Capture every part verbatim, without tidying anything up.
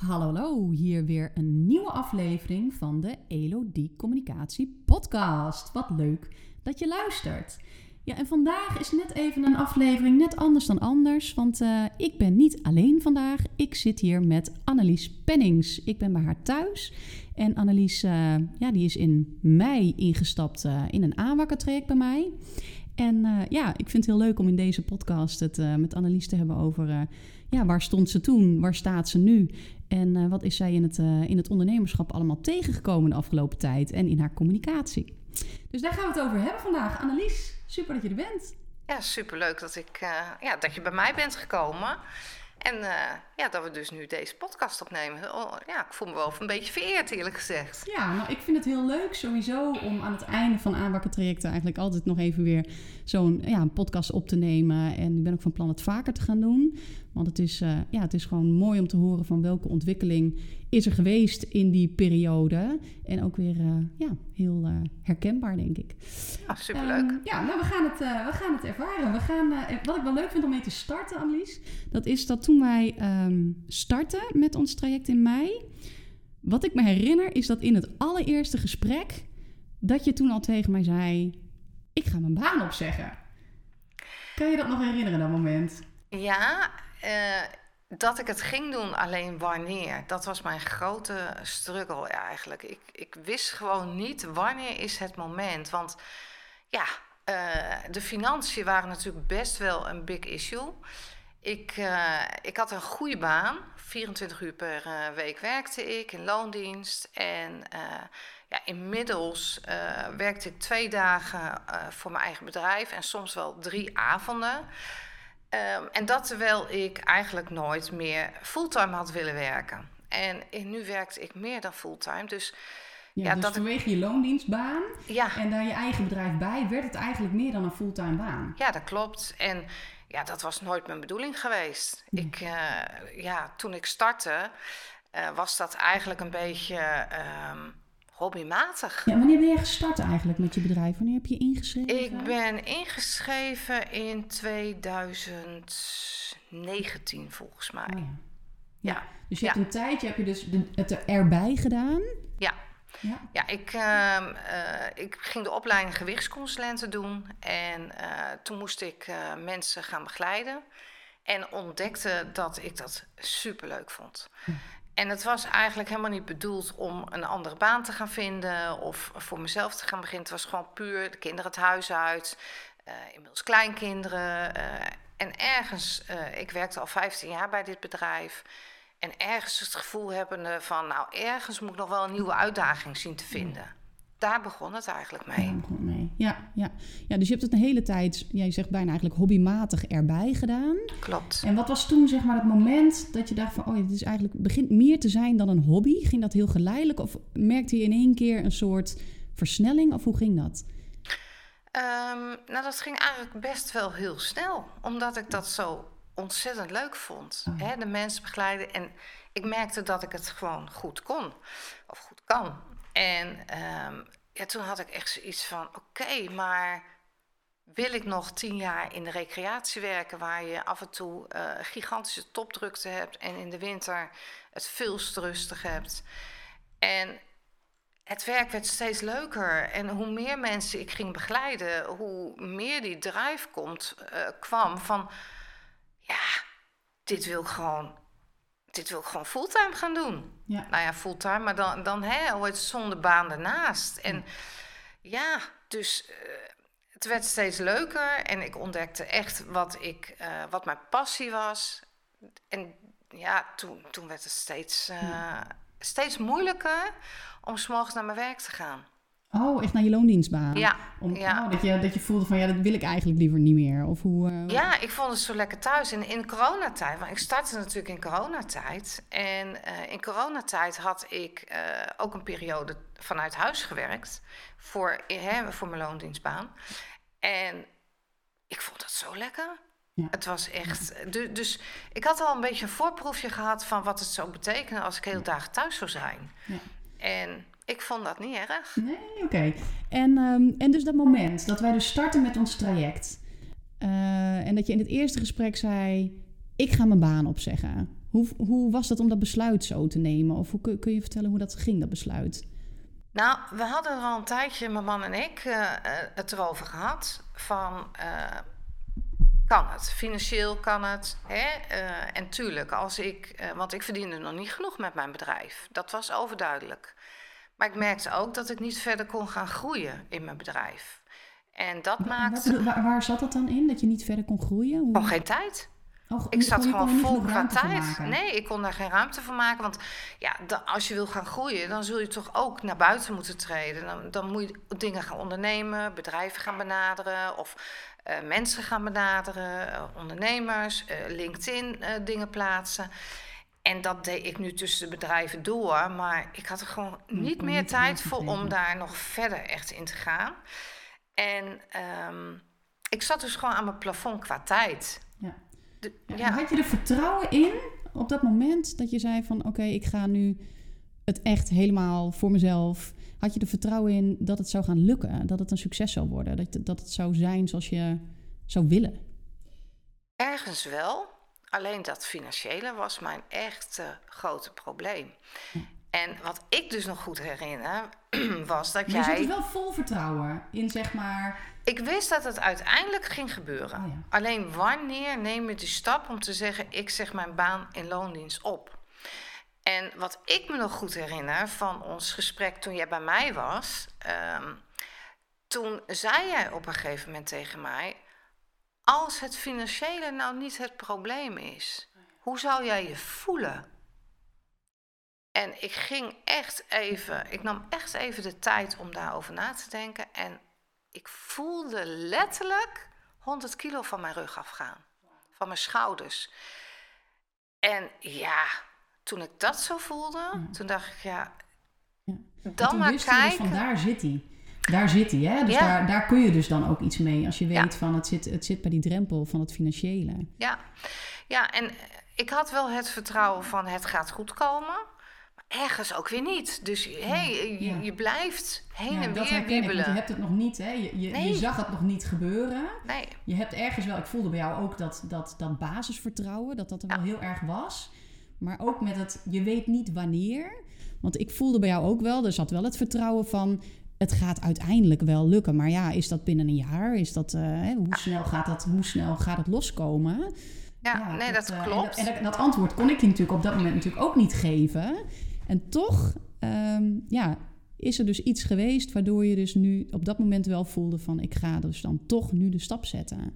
Hallo, hallo, hier weer een nieuwe aflevering van de Elodie Communicatie Podcast. Wat leuk dat je luistert. Ja, en vandaag is net even een aflevering net anders dan anders, want uh, ik ben niet alleen vandaag. Ik zit hier met Annelies Pennings. Ik ben bij haar thuis en Annelies uh, ja, die is in mei ingestapt uh, in een aanwakkertraject bij mij. En uh, ja, ik vind het heel leuk om in deze podcast het uh, met Annelies te hebben over uh, ja, waar stond ze toen, waar staat ze nu en uh, wat is zij in het, uh, in het ondernemerschap allemaal tegengekomen de afgelopen tijd en in haar communicatie. Dus daar gaan we het over hebben vandaag. Annelies, super dat je er bent. Ja, superleuk dat, ik, uh, ja, dat je bij mij bent gekomen. En uh, ja, dat we dus nu deze podcast opnemen. Oh, ja, ik voel me wel een beetje vereerd, eerlijk gezegd. Ja, nou, ik vind het heel leuk sowieso om aan het einde van aanwakkertrajecten eigenlijk altijd nog even weer zo'n ja, een podcast op te nemen. En ik ben ook van plan het vaker te gaan doen. Want het is, uh, ja, het is gewoon mooi om te horen van welke ontwikkeling is er geweest in die periode. En ook weer uh, ja, heel uh, herkenbaar, denk ik. Ja, superleuk. Um, ja, nou, we gaan het, uh, we gaan het ervaren. We gaan, uh, wat ik wel leuk vind om mee te starten, Annelies, dat is dat toen wij um, startten met ons traject in mei, wat ik me herinner is dat in het allereerste gesprek, dat je toen al tegen mij zei, ik ga mijn baan opzeggen. Kan je dat nog herinneren, dat moment? Ja, uh, dat ik het ging doen, alleen wanneer. Dat was mijn grote struggle eigenlijk. Ik, ik wist gewoon niet wanneer is het moment. Want ja, uh, de financiën waren natuurlijk best wel een big issue. Ik, uh, ik had een goede baan. vierentwintig uur per uh, week werkte ik in loondienst. En uh, ja, inmiddels uh, werkte ik twee dagen uh, voor mijn eigen bedrijf. En soms wel drie avonden. Um, en dat terwijl ik eigenlijk nooit meer fulltime had willen werken. En, en nu werkte ik meer dan fulltime. Dus, ja, ja, dus dat vanwege je loondienstbaan ja. en daar je eigen bedrijf bij, werd het eigenlijk meer dan een fulltime baan. Ja, dat klopt. En ja, dat was nooit mijn bedoeling geweest. Ja. Ik, uh, ja, toen ik startte, uh, was dat eigenlijk een beetje um, hobbymatig. Ja, wanneer ben je gestart eigenlijk met je bedrijf? Wanneer heb je ingeschreven? Ik ben ingeschreven in twintig negentien volgens mij. Oh, ja. Ja. Ja. Dus je ja. hebt een tijdje heb je dus de, het erbij gedaan? Ja. Ja, ja ik, uh, uh, ik ging de opleiding gewichtsconsulenten doen. En uh, toen moest ik uh, mensen gaan begeleiden. En ontdekte dat ik dat superleuk vond. Hm. En het was eigenlijk helemaal niet bedoeld om een andere baan te gaan vinden of voor mezelf te gaan beginnen. Het was gewoon puur de kinderen het huis uit, uh, inmiddels kleinkinderen. Uh, en ergens, uh, ik werkte al vijftien jaar bij dit bedrijf. En ergens het gevoel hebbende van, nou, ergens moet ik nog wel een nieuwe uitdaging zien te vinden. Daar begon het eigenlijk mee. Daar begon het mee. Ja, ja. ja, dus je hebt het een hele tijd, jij zegt bijna eigenlijk hobbymatig erbij gedaan. Klopt. En wat was toen zeg maar het moment dat je dacht van, oh, dit is eigenlijk begint meer te zijn dan een hobby? Ging dat heel geleidelijk of merkte je in één keer een soort versnelling of hoe ging dat? Um, nou, dat ging eigenlijk best wel heel snel, omdat ik dat zo ontzettend leuk vond. Oh. Hè, de mensen begeleiden en ik merkte dat ik het gewoon goed kon of goed kan. En um, ja, toen had ik echt zoiets van, oké, okay, maar wil ik nog tien jaar in de recreatie werken, waar je af en toe uh, gigantische topdrukte hebt en in de winter het veel te rustig hebt. En het werk werd steeds leuker en hoe meer mensen ik ging begeleiden, hoe meer die drive komt, uh, kwam van, ja, dit wil ik gewoon... Dit wil ik gewoon fulltime gaan doen. Ja. Nou ja, fulltime, maar dan, dan hè, hoe het zonder baan ernaast. En ja, dus uh, het werd steeds leuker. En ik ontdekte echt wat, ik, uh, wat mijn passie was. En ja, toen, toen werd het steeds, uh, ja. steeds moeilijker om 's morgens naar mijn werk te gaan. Oh, echt naar je loondienstbaan? Ja. Om, ja. Oh, dat, je, dat je voelde van, ja, dat wil ik eigenlijk liever niet meer. Of hoe, uh, ja, ik vond het zo lekker thuis. En in coronatijd, want ik startte natuurlijk in coronatijd. En uh, in coronatijd had ik uh, ook een periode vanuit huis gewerkt. Voor, hè, voor mijn loondienstbaan. En ik vond dat zo lekker. Ja. Het was echt... Du- dus ik had al een beetje een voorproefje gehad van wat het zou betekenen als ik heel dagen thuis zou zijn. Ja. En... ik vond dat niet erg. Nee, oké. Okay. En, um, en dus dat moment dat wij dus starten met ons traject. Uh, en dat je in het eerste gesprek zei, ik ga mijn baan opzeggen. Hoe, hoe was dat om dat besluit zo te nemen? Of hoe, kun, kun je vertellen hoe dat ging, dat besluit? Nou, we hadden er al een tijdje, mijn man en ik, uh, het erover gehad. Van, uh, kan het? Financieel kan het. Hè? Uh, en tuurlijk, als ik, uh, want ik verdiende nog niet genoeg met mijn bedrijf. Dat was overduidelijk. Maar ik merkte ook dat ik niet verder kon gaan groeien in mijn bedrijf. En dat Wa- maakte... wat- waar, waar zat dat dan in, dat je niet verder kon groeien? Hoe... Gewoon geen tijd. Oh, Ik zat kon je- kon gewoon je niet vol genoeg qua ruimte voor tijd. maken? Nee, ik kon daar geen ruimte voor maken. Want ja, da- als je wil gaan groeien, dan zul je toch ook naar buiten moeten treden. Dan, dan moet je dingen gaan ondernemen, bedrijven gaan benaderen of uh, mensen gaan benaderen, uh, ondernemers, uh, LinkedIn uh, dingen plaatsen. En dat deed ik nu tussen de bedrijven door. Maar ik had er gewoon Ja, niet kon meer niet de tijd ruimte voor om geven. daar nog verder echt in te gaan. En um, ik zat dus gewoon aan mijn plafond qua tijd. Ja. De, Ja, ja. Had je er vertrouwen in op dat moment dat je zei van... oké, okay, ik ga nu het echt helemaal voor mezelf... Had je er vertrouwen in dat het zou gaan lukken? Dat het een succes zou worden? Dat, dat het zou zijn zoals je zou willen? Ergens wel. Alleen dat financiële was mijn echt uh, grote probleem. Ja. En wat ik dus nog goed herinner, was dat Maar je jij... zat er wel vol vertrouwen in, zeg maar... Ik wist dat het uiteindelijk ging gebeuren. Oh ja. Alleen wanneer neem je die stap om te zeggen... ik zeg mijn baan in loondienst op? En wat ik me nog goed herinner van ons gesprek toen jij bij mij was... Um, toen zei jij op een gegeven moment tegen mij... als het financiële nou niet het probleem is... hoe zou jij je voelen? En ik ging echt even... ik nam echt even de tijd om daarover na te denken... en ik voelde letterlijk honderd kilo van mijn rug afgaan. Van mijn schouders. En ja, toen ik dat zo voelde, ja. toen dacht ik, ja, ja. dan toen maar wist kijken. Je dus van daar zit hij. Daar zit hij, hè? Dus ja. daar, daar kun je dus dan ook iets mee. Als je weet ja. van het zit, het zit bij die drempel van het financiële. Ja. ja, en ik had wel het vertrouwen van het gaat goed komen. Ergens ook weer niet. Dus hey, je, ja. je blijft heen ja, en dat weer wiebelen. Ik, want je hebt het nog niet, hè? Je, je, nee. je zag het nog niet gebeuren. Nee. Je hebt ergens wel, ik voelde bij jou ook dat, dat, dat basisvertrouwen, dat dat er ja. wel heel erg was. Maar ook met het, je weet niet wanneer. Want ik voelde bij jou ook wel, er zat wel het vertrouwen van... het gaat uiteindelijk wel lukken. Maar ja, is dat binnen een jaar? Is dat, uh, hè, hoe, ja. snel gaat dat, hoe snel gaat het loskomen? Ja, ja nee, dat, dat uh, klopt. En dat, en dat antwoord kon ik je natuurlijk op dat moment natuurlijk ook niet geven. En toch um, ja, is er dus iets geweest... waardoor je dus nu op dat moment wel voelde van... ik ga dus dan toch nu de stap zetten.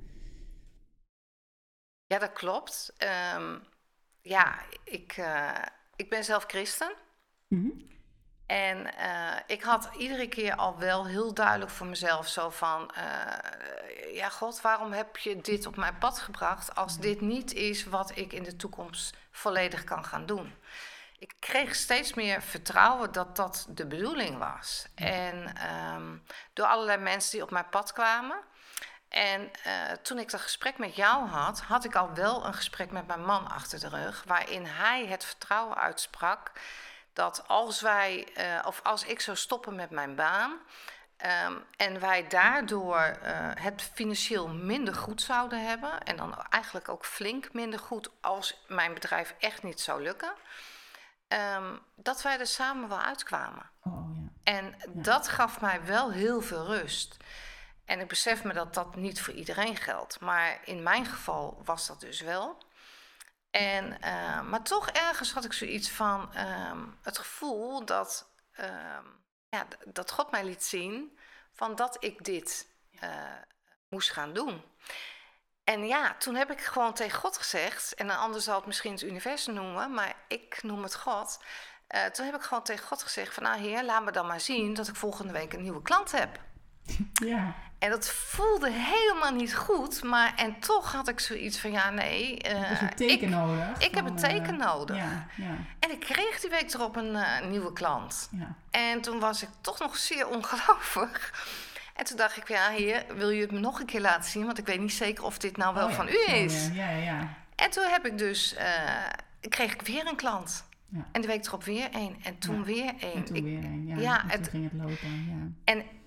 Ja, dat klopt. Um, ja, ik, uh, ik ben zelf christen. Mm-hmm. En uh, ik had iedere keer al wel heel duidelijk voor mezelf zo van... Uh, ja, God, waarom heb je dit op mijn pad gebracht... als dit niet is wat ik in de toekomst volledig kan gaan doen? Ik kreeg steeds meer vertrouwen dat dat de bedoeling was. En um, door allerlei mensen die op mijn pad kwamen... En uh, toen ik dat gesprek met jou had, had ik al wel een gesprek met mijn man achter de rug... waarin hij het vertrouwen uitsprak dat als wij, uh, of als ik zou stoppen met mijn baan... Um, en wij daardoor uh, het financieel minder goed zouden hebben... en dan eigenlijk ook flink minder goed als mijn bedrijf echt niet zou lukken... Um, dat wij er samen wel uitkwamen. Oh, ja. En ja. dat gaf mij wel heel veel rust... En ik besef me dat dat niet voor iedereen geldt. Maar in mijn geval was dat dus wel. En, uh, maar toch ergens had ik zoiets van um, het gevoel dat, um, ja, dat God mij liet zien... van dat ik dit uh, moest gaan doen. En ja, toen heb ik gewoon tegen God gezegd... en een ander zal het misschien het universum noemen... maar ik noem het God... Uh, toen heb ik gewoon tegen God gezegd van... nou Heer, laat me dan maar zien dat ik volgende week een nieuwe klant heb. Ja. En dat voelde helemaal niet goed, maar en toch had ik zoiets van, ja, nee. Uh, is een teken ik, nodig. Ik van, heb een teken uh, nodig. Ja, ja. En ik kreeg die week erop een uh, nieuwe klant. Ja. En toen was ik toch nog zeer ongelovig. En toen dacht ik, ja, Heer, wil je het me nog een keer laten zien? Want ik weet niet zeker of dit nou wel oh, ja. van u is. Oh, ja, ja, ja. En toen heb ik dus, uh, kreeg ik weer een klant. Ja. En de week erop weer één. En toen ja. weer één. En toen ik, weer één, ja. ja en het, toen ging het lopen, ja. En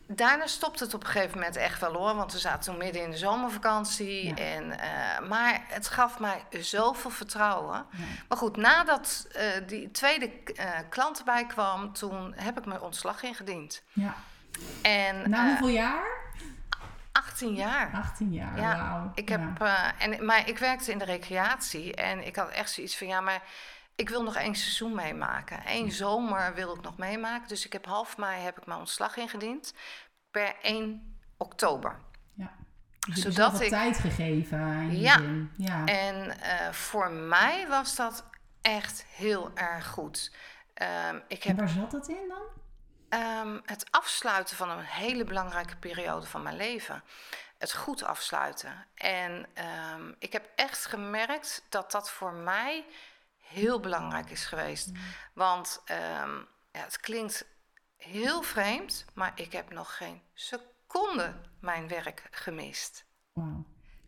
daarna stopte het op een gegeven moment echt wel hoor. Want we zaten toen midden in de zomervakantie. Ja. En, uh, maar het gaf mij zoveel vertrouwen. Ja. Maar goed, nadat uh, die tweede uh, klant erbij kwam, toen heb ik mijn ontslag ingediend. Ja. En, Na uh, hoeveel jaar? achttien jaar. achttien jaar, ja. Wauw. Ik heb, ja. uh, en, maar ik werkte in de recreatie. En ik had echt zoiets van, ja, maar ik wil nog één seizoen meemaken. Eén zomer wil ik nog meemaken. Dus ik heb half mei heb ik mijn ontslag ingediend. Per één oktober. Ja. Dus je zodat ik tijd gegeven. In ja. Zin. ja. En uh, voor mij was dat echt heel erg goed. Um, ik heb, en waar zat dat in dan? Um, het afsluiten van een hele belangrijke periode van mijn leven. Het goed afsluiten. En um, ik heb echt gemerkt dat dat voor mij heel belangrijk is geweest. Mm. Want um, ja, het klinkt heel vreemd, maar ik heb nog geen seconde mijn werk gemist. Wow.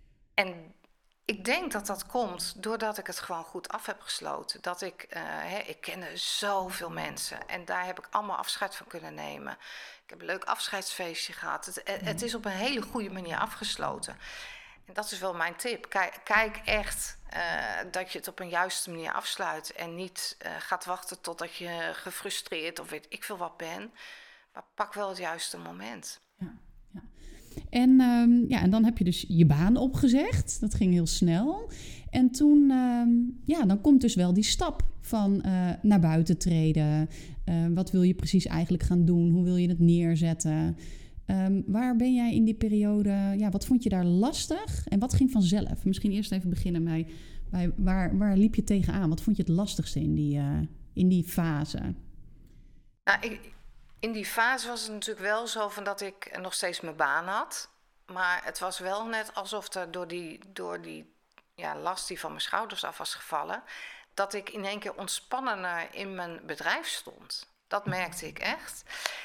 En ik denk dat dat komt doordat ik het gewoon goed af heb gesloten. Dat ik, uh, hè, ik kende zoveel mensen en daar heb ik allemaal afscheid van kunnen nemen. Ik heb een leuk afscheidsfeestje gehad. Het, mm. het is op een hele goede manier afgesloten. En dat is wel mijn tip. Kijk, kijk echt uh, dat je het op een juiste manier afsluit. En niet uh, gaat wachten totdat je gefrustreerd of weet ik veel wat bent. Maar pak wel het juiste moment. Ja, ja. En, um, ja, en dan heb je dus je baan opgezegd. Dat ging heel snel. En toen, um, ja, dan komt dus wel die stap van uh, naar buiten treden. Uh, wat wil je precies eigenlijk gaan doen? Hoe wil je het neerzetten? Um, waar ben jij in die periode, ja, wat vond je daar lastig en wat ging vanzelf? Misschien eerst even beginnen bij, bij waar, waar liep je tegenaan? Wat vond je het lastigste in die, uh, in die fase? Nou, ik, in die fase was het natuurlijk wel zo van dat ik nog steeds mijn baan had. Maar het was wel net alsof er door die, door die ja, last die van mijn schouders af was gevallen, dat ik in één keer ontspannender in mijn bedrijf stond. Dat merkte ik echt.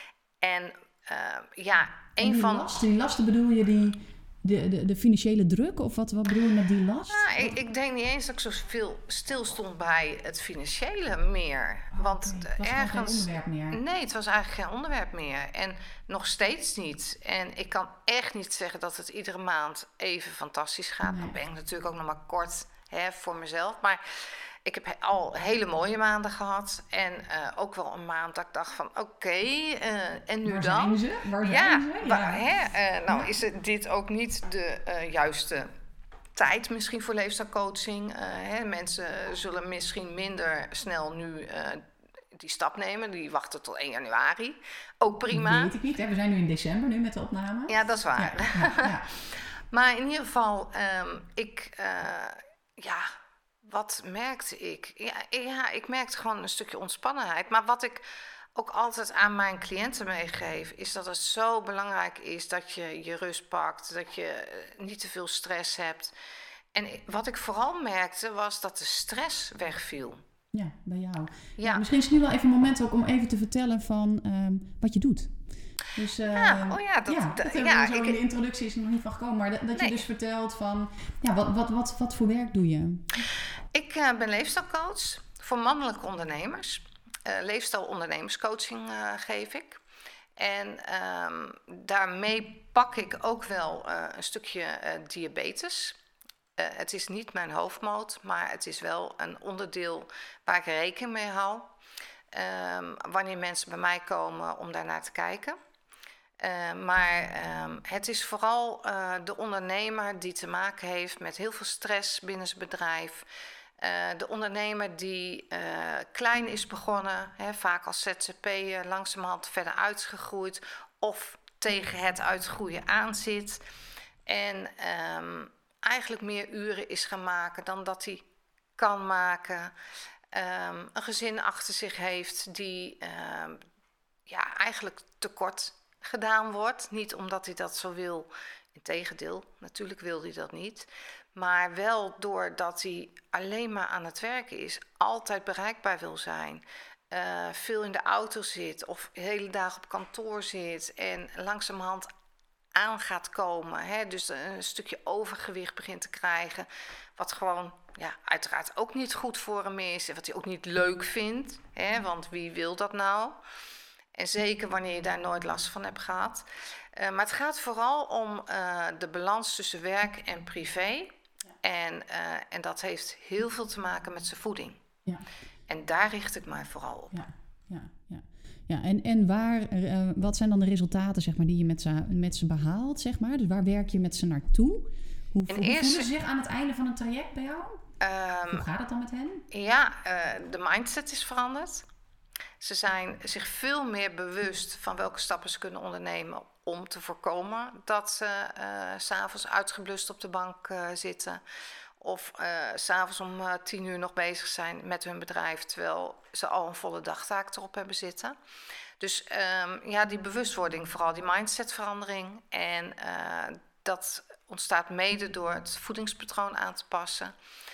En Uh, ja, een die van... Last, die lasten bedoel je die, de, de, de financiële druk? Of wat, wat bedoel je met die last? Ja, ik, ik denk niet eens dat ik zoveel stilstond bij het financiële meer. Oh, Want okay. Het was ergens... geen onderwerp meer. Nee, het was eigenlijk geen onderwerp meer. En nog steeds niet. En ik kan echt niet zeggen dat het iedere maand even fantastisch gaat. Nee. Dan ben ik natuurlijk ook nog maar kort hè, voor mezelf. Maar ik heb al hele mooie maanden gehad. En uh, ook wel een maand dat ik dacht van oké, okay, uh, en nu waar dan? Zijn ze? Waar ja, zijn ze? Ja, waar, hè, uh, nou ja. is het dit ook niet de uh, juiste tijd misschien voor leefstijlcoaching. Uh, hè, mensen zullen misschien minder snel nu uh, die stap nemen. Die wachten tot één januari. Ook prima. Dat weet ik niet. Hè? We zijn nu in december nu met de opname. Ja, dat is waar. Ja, ja, ja. Maar in ieder geval, um, ik... Uh, ja... Wat merkte ik? Ja, ja, ik merkte gewoon een stukje ontspannenheid. Maar wat ik ook altijd aan mijn cliënten meegeef, is dat het zo belangrijk is dat je je rust pakt, dat je niet te veel stress hebt. En wat ik vooral merkte, was dat de stress wegviel. Ja, bij jou. Ja. Ja. Misschien is het nu wel even een moment ook om even te vertellen van um, wat je doet. Dus, uh, ja, oh ja, dat, ja, dat d- ja, ja, zo ik, in de introductie is er nog niet van gekomen. Maar dat, dat nee. je dus vertelt van, ja, wat, wat, wat, wat voor werk doe je? Ik uh, ben leefstijlcoach voor mannelijke ondernemers. Uh, leefstijlondernemerscoaching uh, geef ik. En um, daarmee pak ik ook wel uh, een stukje uh, diabetes. Uh, het is niet mijn hoofdmoot, maar het is wel een onderdeel waar ik rekening mee hou. Um, wanneer mensen bij mij komen om daarnaar te kijken. Uh, maar um, het is vooral uh, de ondernemer die te maken heeft met heel veel stress binnen zijn bedrijf. Uh, de ondernemer die uh, klein is begonnen, hè, vaak als Z Z P'er, langzamerhand verder uitgegroeid of tegen het uitgroeien aan zit. En um, eigenlijk meer uren is gaan maken dan dat hij kan maken. Um, een gezin achter zich heeft die um, ja, eigenlijk tekort gedaan wordt. Niet omdat hij dat zo wil, integendeel, natuurlijk wil hij dat niet. Maar wel doordat hij alleen maar aan het werken is, altijd bereikbaar wil zijn. Uh, veel in de auto zit of de hele dag op kantoor zit en langzamerhand aan gaat komen. Hè? Dus een stukje overgewicht begint te krijgen. Wat gewoon ja, uiteraard ook niet goed voor hem is en wat hij ook niet leuk vindt. Hè? Want wie wil dat nou? En zeker wanneer je daar nooit last van hebt gehad. Uh, maar het gaat vooral om uh, de balans tussen werk en privé. Ja. En, uh, en dat heeft heel veel te maken met zijn voeding. Ja. En daar richt ik mij vooral op. Ja, ja, ja. Ja, en, en waar, uh, wat zijn dan de resultaten, zeg maar, die je met ze, met ze behaalt, zeg maar? Dus waar werk je met ze naartoe? Hoe, hoe eerste... voelen ze zich aan het einde van een traject bij jou? Um, hoe gaat het dan met hen? Ja, uh, de mindset is veranderd. Ze zijn zich veel meer bewust van welke stappen ze kunnen ondernemen om te voorkomen dat ze uh, 's avonds uitgeblust op de bank uh, zitten. Of uh, 's avonds om uh, tien uur nog bezig zijn met hun bedrijf, terwijl ze al een volle dagtaak erop hebben zitten. Dus um, ja, die bewustwording, vooral die mindsetverandering. En uh, dat ontstaat mede door het voedingspatroon aan te passen.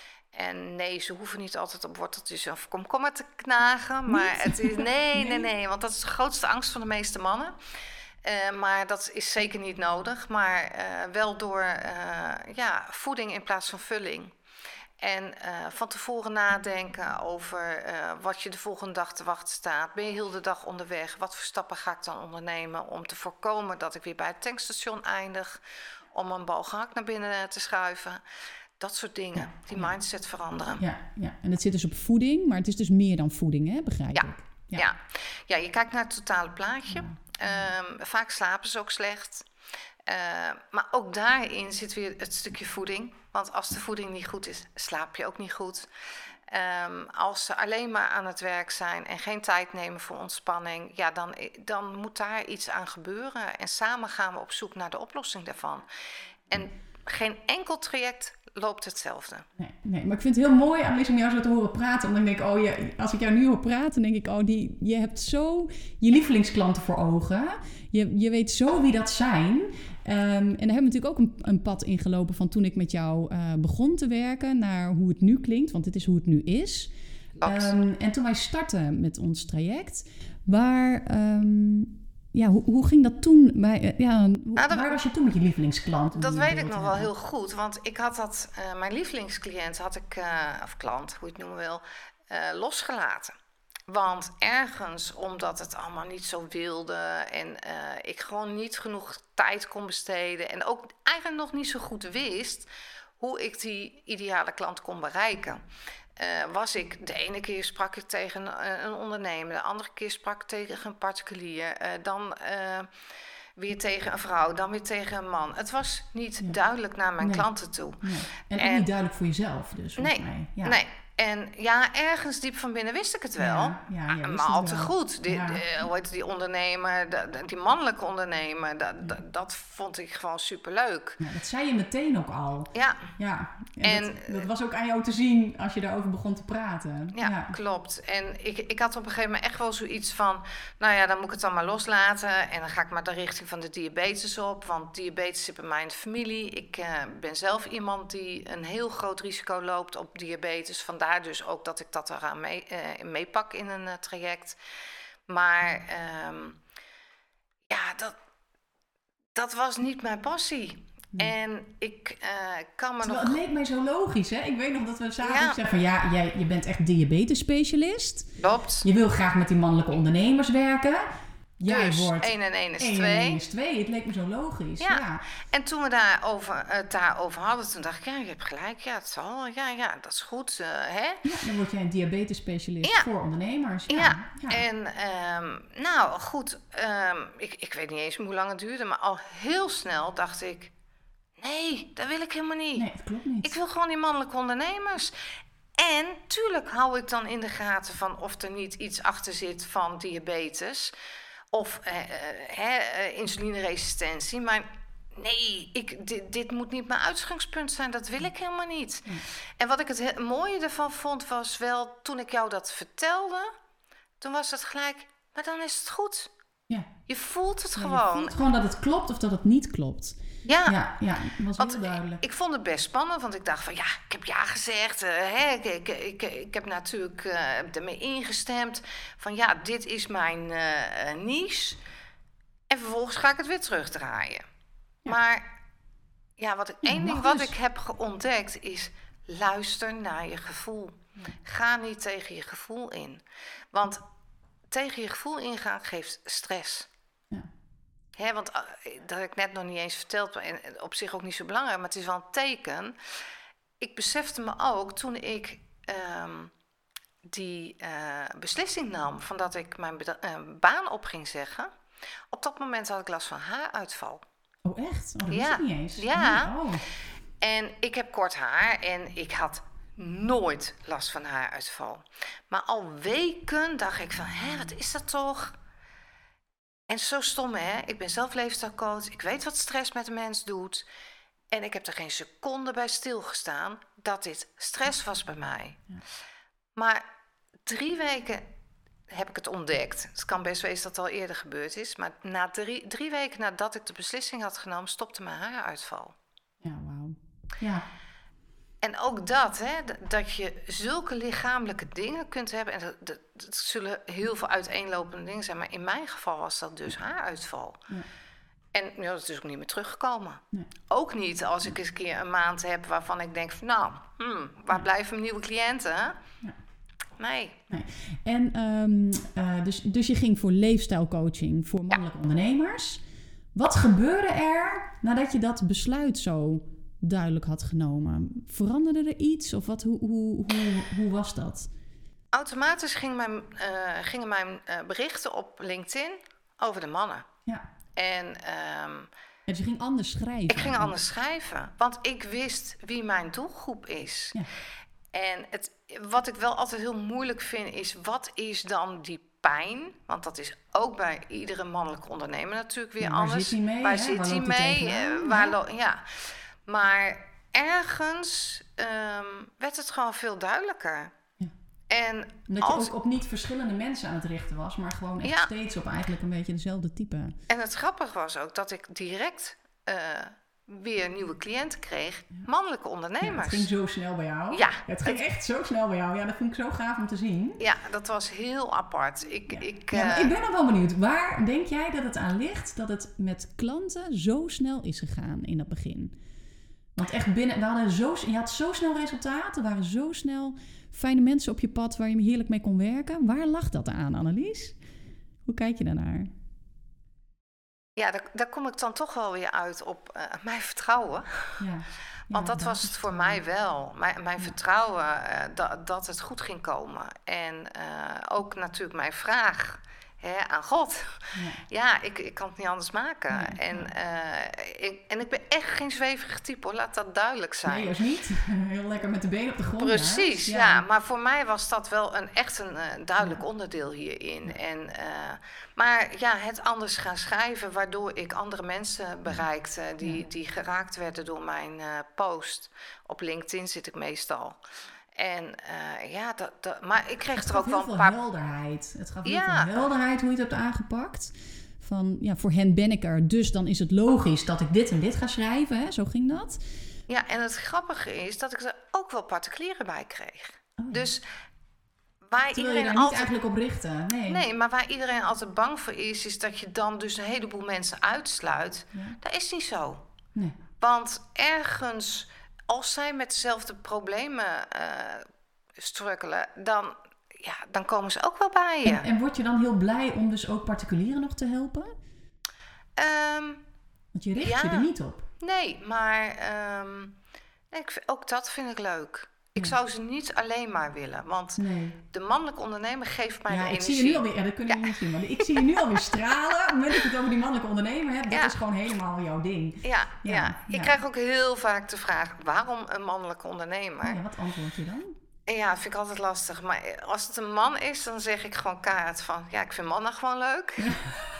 En nee, ze hoeven niet altijd op worteltjes of komkommer te knagen. Maar het is, nee, nee, nee, want dat is de grootste angst van de meeste mannen. Uh, maar dat is zeker niet nodig. Maar uh, wel door uh, ja, voeding in plaats van vulling. En uh, van tevoren nadenken over uh, wat je de volgende dag te wachten staat. Ben je heel de dag onderweg? Wat voor stappen ga ik dan ondernemen om te voorkomen dat ik weer bij het tankstation eindig? Om een bal gehakt naar binnen te schuiven. Dat soort dingen, ja, die ja. mindset veranderen. Ja, ja, en het zit dus op voeding, maar het is dus meer dan voeding, hè? Begrijp ja. ik. Ja. Ja. ja, je kijkt naar het totale plaatje. Ja. Um, vaak slapen ze ook slecht. Uh, maar ook daarin zit weer het stukje voeding. Want als de voeding niet goed is, slaap je ook niet goed. Um, als ze alleen maar aan het werk zijn en geen tijd nemen voor ontspanning, ja, dan, dan moet daar iets aan gebeuren. En samen gaan we op zoek naar de oplossing daarvan. En geen enkel traject loopt hetzelfde. Nee, nee, maar ik vind het heel mooi, Annelies, om jou zo te horen praten. Omdat ik denk, oh, je, als ik jou nu hoor praten, denk ik, oh, die, je hebt zo je lievelingsklanten voor ogen. Je, je weet zo wie dat zijn. Um, en daar hebben we natuurlijk ook een, een pad ingelopen van toen ik met jou uh, begon te werken naar hoe het nu klinkt, want dit is hoe het nu is. Um, en toen wij startten met ons traject, waar... Um, Ja, hoe, hoe ging dat toen? Bij, ja, hoe, nou, dat, waar was je toen met je lievelingsklant? Dat weet ik nog wel heel goed. Want ik had dat, uh, mijn lievelingscliënt had ik, uh, of klant, hoe je het noemen wil, uh, losgelaten. Want ergens, omdat het allemaal niet zo wilde en uh, ik gewoon niet genoeg tijd kon besteden en ook eigenlijk nog niet zo goed wist hoe ik die ideale klant kon bereiken. Uh, was ik, de ene keer sprak ik tegen een, een ondernemer, de andere keer sprak ik tegen een particulier, uh, dan uh, weer tegen een vrouw, dan weer tegen een man. Het was niet ja. duidelijk naar mijn nee. klanten toe. Nee. En, en ook niet duidelijk voor jezelf dus, volgens nee, mij. Ja. Nee, en ja, ergens diep van binnen wist ik het wel, ja, ja, maar al te goed. Die, ja. de, hoe heet die ondernemer, de, de, die mannelijke ondernemer, dat, ja. dat, dat vond ik gewoon superleuk. Ja, dat zei je meteen ook al. Ja. ja. En, en dat, dat was ook aan jou te zien als je daarover begon te praten. Ja, ja. klopt. En ik, ik had op een gegeven moment echt wel zoiets van, nou ja, dan moet ik het dan maar loslaten. En dan ga ik maar de richting van de diabetes op, want diabetes zit bij mij in de familie. Ik uh, ben zelf iemand die een heel groot risico loopt op diabetes. Vandaar dus ook dat ik dat eraan mee, uh, meepak in een uh, traject. Maar um, ja, dat, dat was niet mijn passie. Nee. En ik uh, kan me Terwijl, nog... Het leek mij zo logisch, hè? Ik weet nog dat we samen ja. zeggen van ja, jij, je bent echt diabetesspecialist. Klopt. Je wil graag met die mannelijke ondernemers werken. Jij dus wordt één en één is één twee. En één is twee. Het leek me zo logisch. Ja. ja. En toen we daarover, het daarover hadden, toen dacht ik, ja, je hebt gelijk. Ja, het zal. Ja, ja, dat is goed. Uh, hè? Ja, dan word jij een diabetesspecialist ja. voor ondernemers. Ja. ja. ja. En um, nou, goed. Um, ik, ik weet niet eens hoe lang het duurde, maar al heel snel dacht ik, nee, dat wil ik helemaal niet. Nee, dat klopt niet. Ik wil gewoon die mannelijke ondernemers. En tuurlijk hou ik dan in de gaten van of er niet iets achter zit van diabetes of uh, uh, uh, insulineresistentie. Maar nee, ik, dit, dit moet niet mijn uitgangspunt zijn. Dat wil ik helemaal niet. Ja. En wat ik het he- mooie ervan vond was wel, toen ik jou dat vertelde, toen was het gelijk, maar dan is het goed. Ja. Je voelt het ja, gewoon. Je voelt gewoon dat het klopt of dat het niet klopt. Ja, ja, ja dat was want heel duidelijk. Ik, ik vond het best spannend, want ik dacht van ja, ik heb ja gezegd. Uh, hè, ik, ik, ik, ik heb natuurlijk uh, ermee ingestemd van ja, dit is mijn uh, niche. En vervolgens ga ik het weer terugdraaien. Ja. Maar ja, wat ik, ja, één ding wat dus. ik heb ontdekt is, luister naar je gevoel. Ja. Ga niet tegen je gevoel in. Want tegen je gevoel ingaan geeft stress. Ja. Hè, want uh, dat heb ik net nog niet eens verteld, en op zich ook niet zo belangrijk, maar het is wel een teken. Ik besefte me ook toen ik um, die uh, beslissing nam van dat ik mijn beda- uh, baan op ging zeggen. Op dat moment had ik last van haaruitval. Oh echt? Oh, dat wist Ja. ik niet eens. Ja. Nee, oh. En ik heb kort haar en ik had nooit last van haaruitval. Maar al weken dacht ik van, hé, wat is dat toch? En zo stom, hè? Ik ben zelf leefstijlcoach. Ik weet wat stress met een mens doet. En ik heb er geen seconde bij stilgestaan dat dit stress was bij mij. Ja. Maar drie weken heb ik het ontdekt. Het kan best wezen dat het al eerder gebeurd is. Maar na drie, drie weken nadat ik de beslissing had genomen, stopte mijn haaruitval. Ja, wauw. Ja. En ook dat, hè, dat je zulke lichamelijke dingen kunt hebben. En dat, dat, dat zullen heel veel uiteenlopende dingen zijn. Maar in mijn geval was dat dus haaruitval. Ja. En ja, dat is dus ook niet meer teruggekomen. Nee. Ook niet als ik eens een keer een maand heb waarvan ik denk van, nou, hmm, waar ja. blijven mijn nieuwe cliënten? Hè? Ja. Nee. nee. En um, uh, dus, dus je ging voor leefstijlcoaching voor mannelijke ja. ondernemers. Wat gebeurde er nadat je dat besluit zo duidelijk had genomen? Veranderde er iets? Of wat, hoe, hoe, hoe, hoe was dat? Automatisch ging mijn, uh, gingen mijn uh, berichten op LinkedIn over de mannen. Ja. En um, dus je ging anders schrijven? Ik ging anders schrijven. Want ik wist wie mijn doelgroep is. Ja. En het, wat ik wel altijd heel moeilijk vind is, wat is dan die pijn? Want dat is ook bij iedere mannelijke ondernemer natuurlijk weer ja, waar anders. Zit hij mee, waar hè? zit hij mee? Uh, waar ja. Lo- ja. Maar ergens um, werd het gewoon veel duidelijker. Ja. En dat je als... ook op niet verschillende mensen aan het richten was, maar gewoon echt ja. steeds op eigenlijk een beetje dezelfde type. En het grappige was ook dat ik direct uh, weer nieuwe cliënten kreeg, ja. mannelijke ondernemers. Ja, het ging zo snel bij jou. Ja. Het ging het... echt zo snel bij jou. Ja, dat vond ik zo gaaf om te zien. Ja, dat was heel apart. Ik, ja. Ik, ja, maar ik ben nog wel benieuwd. Waar denk jij dat het aan ligt dat het met klanten zo snel is gegaan in het begin? Want echt binnen, we hadden zo, je had zo snel resultaten, er waren zo snel fijne mensen op je pad waar je heerlijk mee kon werken. Waar lag dat aan, Annelies? Hoe kijk je daarnaar? Ja, daar, daar kom ik dan toch wel weer uit op uh, mijn vertrouwen. Ja. Ja, want dat was het voor mij wel. Mijn, mijn ja. vertrouwen uh, dat, dat het goed ging komen. En uh, ook natuurlijk mijn vraag hè, aan God. Ja, ja ik, ik kan het niet anders maken. Ja, en, uh, ik, en ik ben echt geen zweverig type, hoor. Laat dat duidelijk zijn. Nee, juist niet. Heel lekker met de benen op de grond. Precies, ja. ja. Maar voor mij was dat wel een, echt een uh, duidelijk ja. onderdeel hierin. Ja. En, uh, maar ja, het anders gaan schrijven, waardoor ik andere mensen bereikte die, ja. die geraakt werden door mijn uh, post. Op LinkedIn zit ik meestal. En uh, ja, dat, dat, maar ik kreeg het er ook wel een paar... helderheid. Het gaf heel ja. veel helderheid hoe je het hebt aangepakt. Van, ja, voor hen ben ik er, dus dan is het logisch dat ik dit en dit ga schrijven. Hè? Zo ging dat. Ja, en het grappige is dat ik er ook wel particulieren bij kreeg. Oh. Dus waar Terwijl iedereen je daar altijd... niet eigenlijk op richten. Nee. nee, maar waar iedereen altijd bang voor is, is dat je dan dus een heleboel mensen uitsluit. Ja. Dat is niet zo. Nee. Want ergens, als zij met dezelfde problemen uh, struggelen, dan, ja, dan komen ze ook wel bij je. En, en word je dan heel blij om dus ook particulieren nog te helpen? Um, Want je richt ja, je er niet op. Nee, maar um, nee, ik, ook dat vind ik leuk. Ik ja. zou ze niet alleen maar willen, want nee. de mannelijke ondernemer geeft mij ja, de ik energie. Zie je nu alweer, ja, dat kun je ja. niet zien, maar ik zie je nu alweer stralen. Op het moment dat ik het over die mannelijke ondernemer heb, dat ja. is gewoon helemaal jouw ding. Ja, ja. ja. ik ja. krijg ook heel vaak de vraag, waarom een mannelijke ondernemer? Oh ja, wat antwoord je dan? Ja, dat vind ik altijd lastig. Maar als het een man is, dan zeg ik gewoon kaart van, ja, ik vind mannen gewoon leuk. Ja.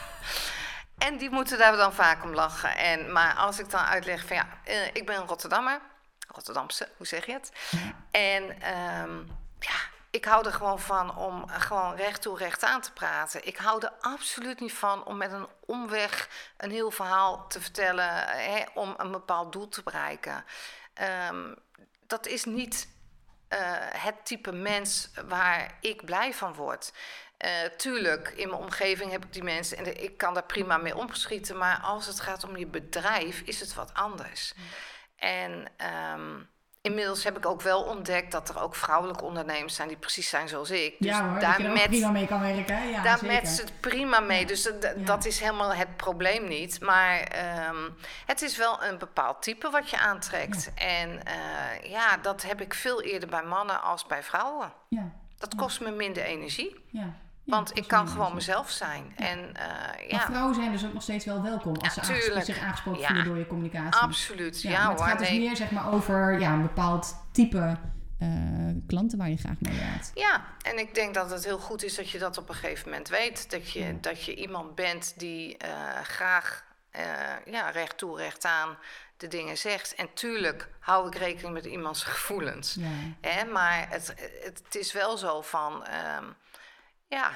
En die moeten daar dan vaak om lachen. En, maar als ik dan uitleg van, ja, uh, ik ben een Rotterdammer. Rotterdamse, hoe zeg je het? Ja. En um, ja, ik hou er gewoon van om gewoon recht toe recht aan te praten. Ik hou er absoluut niet van om met een omweg een heel verhaal te vertellen, hè, om een bepaald doel te bereiken. Um, dat is niet uh, het type mens waar ik blij van word. Uh, tuurlijk, in mijn omgeving heb ik die mensen en de, ik kan daar prima mee omschieten. Maar als het gaat om je bedrijf, is het wat anders. Mm. En um, inmiddels heb ik ook wel ontdekt dat er ook vrouwelijke ondernemers zijn die precies zijn zoals ik. Dus ja hoor, daar dat je er ook prima mee kan werken. Ja, daar zeker. met ze het prima mee. Ja. Dus d- Ja. dat is helemaal het probleem niet. Maar um, het is wel een bepaald type wat je aantrekt. Ja. En uh, ja, dat heb ik veel eerder bij mannen als bij vrouwen. Ja. Dat kost me minder energie. Ja. Ja, want ik kan gewoon mezelf zijn. Ja. En, uh, ja. Maar vrouwen zijn dus ook nog steeds wel welkom als ja, ze aanges- zich aangesproken ja. voelen door je communicatie. Absoluut, ja, ja, ja maar het hoor. gaat dus nee. meer zeg maar, over ja, een bepaald type uh, klanten waar je graag mee werkt. Ja, en ik denk dat het heel goed is dat je dat op een gegeven moment weet. Dat je, ja. dat je iemand bent die uh, graag uh, ja, recht toe, recht aan de dingen zegt. En tuurlijk hou ik rekening met iemands gevoelens. Ja. Hè, maar het, het is wel zo van... Um, ja,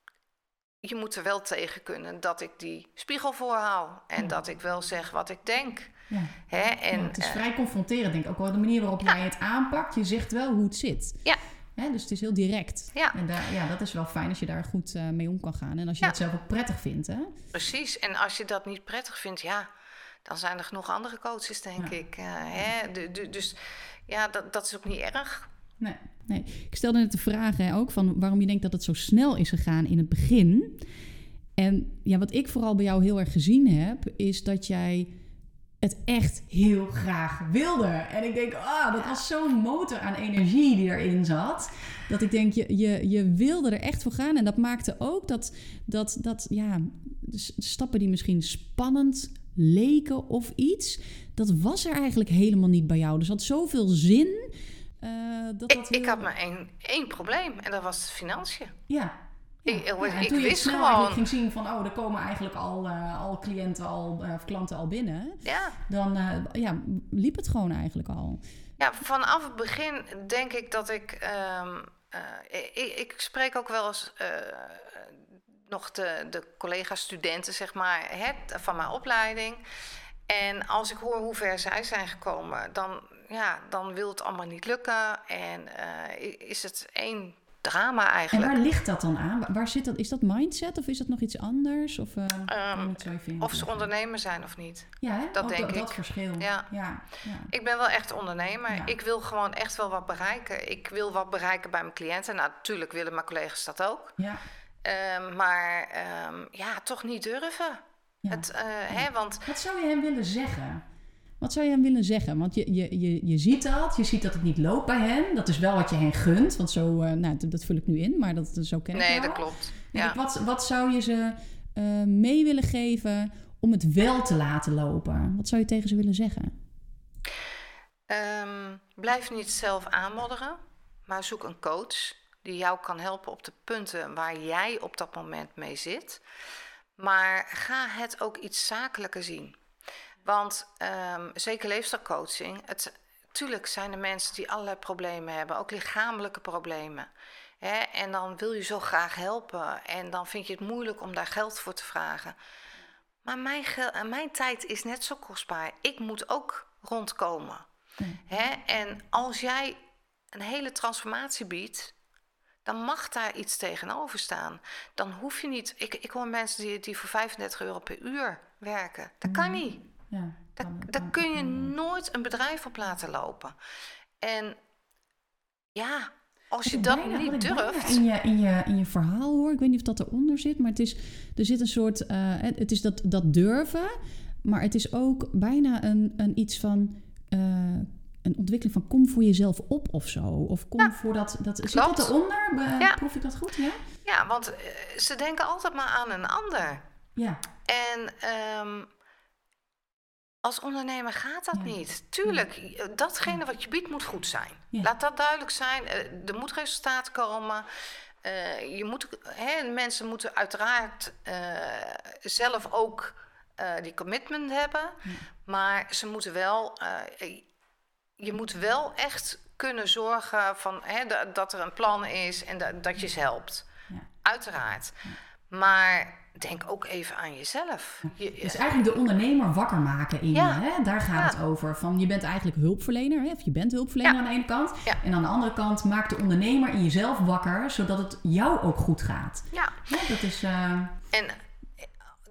je moet er wel tegen kunnen dat ik die spiegel voorhoud. En ja. dat ik wel zeg wat ik denk. Ja. Hè, en, ja, het is uh, vrij confronterend, denk ik. Ook wel de manier waarop ja. jij het aanpakt. Je zegt wel hoe het zit. Ja. Hè, dus het is heel direct. Ja. En daar, ja, dat is wel fijn als je daar goed uh, mee om kan gaan. En als je ja. het zelf ook prettig vindt. Hè? Precies. En als je dat niet prettig vindt, ja... dan zijn er genoeg andere coaches, denk ja. ik. Uh, hè? De, de, dus ja, dat, dat is ook niet erg. Nee, nee. Ik stelde net de vraag hè, ook van waarom je denkt dat het zo snel is gegaan in het begin. En ja, wat ik vooral bij jou heel erg gezien heb, is dat jij het echt heel graag wilde. En ik denk, ah, dat was zo'n motor aan energie die erin zat. Dat ik denk, je, je, je wilde er echt voor gaan. En dat maakte ook dat, dat, dat ja, stappen die misschien spannend leken of iets, dat was er eigenlijk helemaal niet bij jou. Dus had zoveel zin. Uh, dat dat ik, heel... ik had maar één, één probleem en dat was de financiën. Ja. Ja, ik, ja, ik toen je wist snel gewoon. ging zien van, oh, er komen eigenlijk al, uh, al cliënten al, uh, of klanten al binnen. Ja. Dan uh, ja, liep het gewoon eigenlijk al. Ja, vanaf het begin denk ik dat ik... Um, uh, ik, ik spreek ook wel eens... Uh, nog de, de collega-studenten, zeg maar, hè, van mijn opleiding. En als ik hoor hoe ver zij zijn gekomen, dan, ja, dan wil het allemaal niet lukken. En uh, is het één drama eigenlijk. En waar ligt dat dan aan? Waar zit dat? Is dat mindset of is dat nog iets anders? Of, uh, um, of ze ondernemer zijn of niet. Ja, hè? Dat ook denk dat, ik. Dat verschil. Ja. Ja, ja. Ik ben wel echt ondernemer. Ja. Ik wil gewoon echt wel wat bereiken. Ik wil wat bereiken bij mijn cliënten. Nou, natuurlijk willen mijn collega's dat ook. Ja. Um, maar um, ja, toch niet durven. Ja. Het, uh, ja. hè, want... Wat zou je hem willen zeggen? Wat zou je hem willen zeggen? Want je, je, je, je ziet dat. Je ziet dat het niet loopt bij hen. Dat is wel wat je hen gunt. Want zo, uh, nou, dat vul ik nu in. Maar dat, zo ken ik Nee, jou. dat klopt. Ja. Ja. Wat, wat zou je ze uh, mee willen geven om het wel te laten lopen? Wat zou je tegen ze willen zeggen? Um, blijf niet zelf aanmodderen. Maar zoek een coach die jou kan helpen op de punten waar jij op dat moment mee zit. Maar ga het ook iets zakelijker zien. Want um, zeker leefstijlcoaching, het, tuurlijk zijn er mensen die allerlei problemen hebben, ook lichamelijke problemen. Hè? En dan wil je zo graag helpen en dan vind je het moeilijk om daar geld voor te vragen. Maar mijn, gel- mijn tijd is net zo kostbaar. Ik moet ook rondkomen. Mm. Hè? En als jij een hele transformatie biedt, dan mag daar iets tegenover staan. Dan hoef je niet... Ik, ik hoor mensen die, die voor vijfendertig euro per uur werken. Dat kan niet. Ja, daar, kan, daar kan, kun je kan, nooit een bedrijf op laten lopen. En ja, als je ik dat bijna, niet durft... In je, in, je, in je verhaal hoor, ik weet niet of dat eronder zit, maar het is, er zit een soort... Uh, het is dat, dat durven, maar het is ook bijna een, een iets van... Uh, een ontwikkeling van kom voor jezelf op of zo. Of kom ja, voor dat... dat zit dat eronder? Be, ja. Proef ik dat goed? Ja, ja want uh, ze denken altijd maar aan een ander. Ja. En um, als ondernemer gaat dat ja. niet. Tuurlijk, ja. datgene wat je biedt moet goed zijn. Ja. Laat dat duidelijk zijn. Uh, er moet resultaat komen. Uh, je moet, hè, mensen moeten uiteraard uh, zelf ook uh, die commitment hebben. Ja. Maar ze moeten wel... Uh, Je moet wel echt kunnen zorgen van, hè, dat er een plan is en dat, dat je ze helpt. Ja. Uiteraard. Ja. Maar denk ook even aan jezelf. Je, dus eigenlijk de ondernemer wakker maken in ja. je. Hè? Daar gaat ja. het over. Van, je bent eigenlijk hulpverlener. Hè? Of je bent hulpverlener ja. aan de ene kant. Ja. En aan de andere kant maakt de ondernemer in jezelf wakker. Zodat het jou ook goed gaat. Ja. ja dat is... Uh... En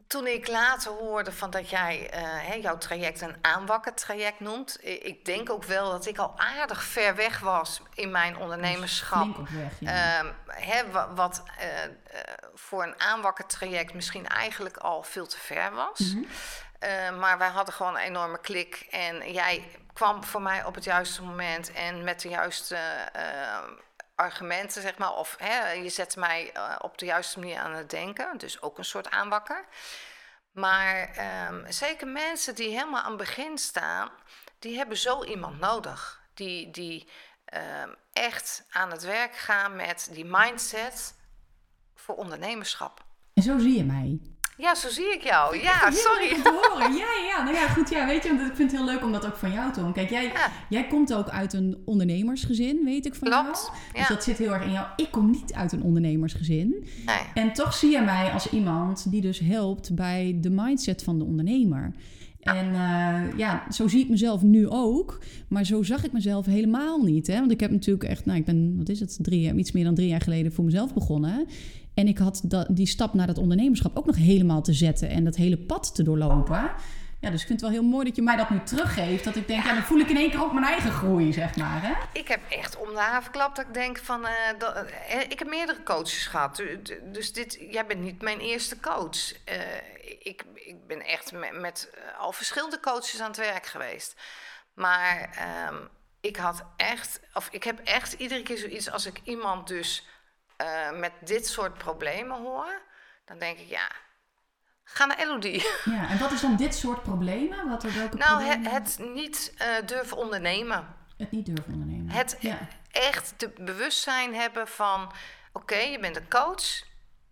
toen ik later hoorde van dat jij uh, he, jouw traject een aanwakkertraject noemt. Ik denk ook wel dat ik al aardig ver weg was in mijn ondernemerschap. Flink op weg, ja. Uh, he, wat wat uh, uh, voor een aanwakkertraject misschien eigenlijk al veel te ver was. Mm-hmm. Uh, maar wij hadden gewoon een enorme klik. En jij kwam voor mij op het juiste moment en met de juiste uh, argumenten, zeg maar. Of hè, je zette mij uh, op de juiste manier aan het denken. Dus ook een soort aanwakker. Maar um, zeker mensen die helemaal aan het begin staan, die hebben zo iemand nodig. Die, die um, echt aan het werk gaan met die mindset voor ondernemerschap. En zo zie je mij. Ja, zo zie ik jou. Ja, sorry. Om te horen. Ja, ja, nou ja, goed. Ja, weet je, want ik vind het heel leuk om dat ook van jou te horen. Kijk, jij, ja. jij komt ook uit een ondernemersgezin, weet ik van Klopt. jou. Ja. Dus dat zit heel erg in jou. Ik kom niet uit een ondernemersgezin. Nee. En toch zie je mij als iemand die dus helpt bij de mindset van de ondernemer. Ja. En uh, ja, zo zie ik mezelf nu ook. Maar zo zag ik mezelf helemaal niet. Hè? Want ik heb natuurlijk echt, nou, ik ben, wat is het, drie, iets meer dan drie jaar geleden voor mezelf begonnen. En ik had dat, die stap naar dat ondernemerschap ook nog helemaal te zetten en dat hele pad te doorlopen. Ja, dus ik vind het wel heel mooi dat je mij dat nu teruggeeft. Dat ik denk, ja, dan voel ik in één keer ook mijn eigen groei, zeg maar. Hè? Ik heb echt om de havenklap dat ik denk van... Uh, dat, uh, ik heb meerdere coaches gehad. Dus dit, jij bent niet mijn eerste coach. Uh, ik, ik ben echt met, met uh, al verschillende coaches aan het werk geweest. Maar um, ik had echt... Of ik heb echt iedere keer zoiets als ik iemand dus... Uh, met dit soort problemen hoor, dan denk ik, ja, ga naar Elodie. Ja, en wat is dan dit soort problemen? Wat er welke nou, problemen? Het, het niet uh, durven ondernemen. Het niet durven ondernemen. Het ja. echt te bewustzijn hebben van, oké, okay, je bent een coach,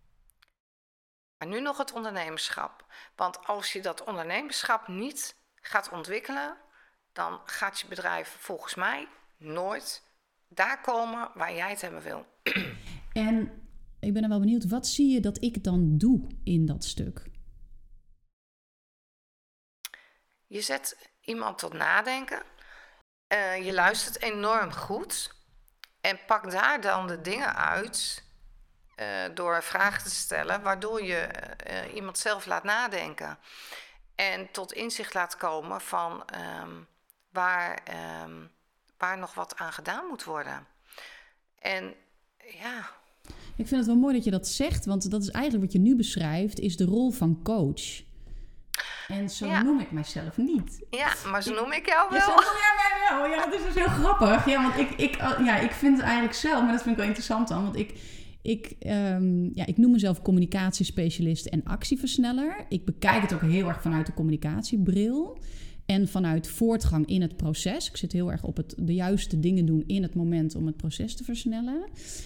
maar nu nog het ondernemerschap. Want als je dat ondernemerschap niet gaat ontwikkelen, dan gaat je bedrijf volgens mij nooit daar komen waar jij het hebben wil. En ik ben er wel benieuwd, wat zie je dat ik dan doe in dat stuk? Je zet iemand tot nadenken. Uh, je luistert enorm goed. En pak daar dan de dingen uit uh, door vragen te stellen, waardoor je uh, iemand zelf laat nadenken. En tot inzicht laat komen van um, waar, um, waar nog wat aan gedaan moet worden. En ja... Ik vind het wel mooi dat je dat zegt, want dat is eigenlijk wat je nu beschrijft, is de rol van coach. En zo ja. noem ik mijzelf niet. Ja, maar zo noem ik jou wel. Ja, zo noem jij mij wel. Ja, dat is dus heel grappig. Ja, want ik, ik, ja, ik vind het eigenlijk zelf, maar dat vind ik wel interessant dan, want ik, ik, um, ja, ik noem mezelf communicatiespecialist en actieversneller. Ik bekijk het ook heel erg vanuit de communicatiebril. En vanuit voortgang in het proces. Ik zit heel erg op het de juiste dingen doen in het moment om het proces te versnellen.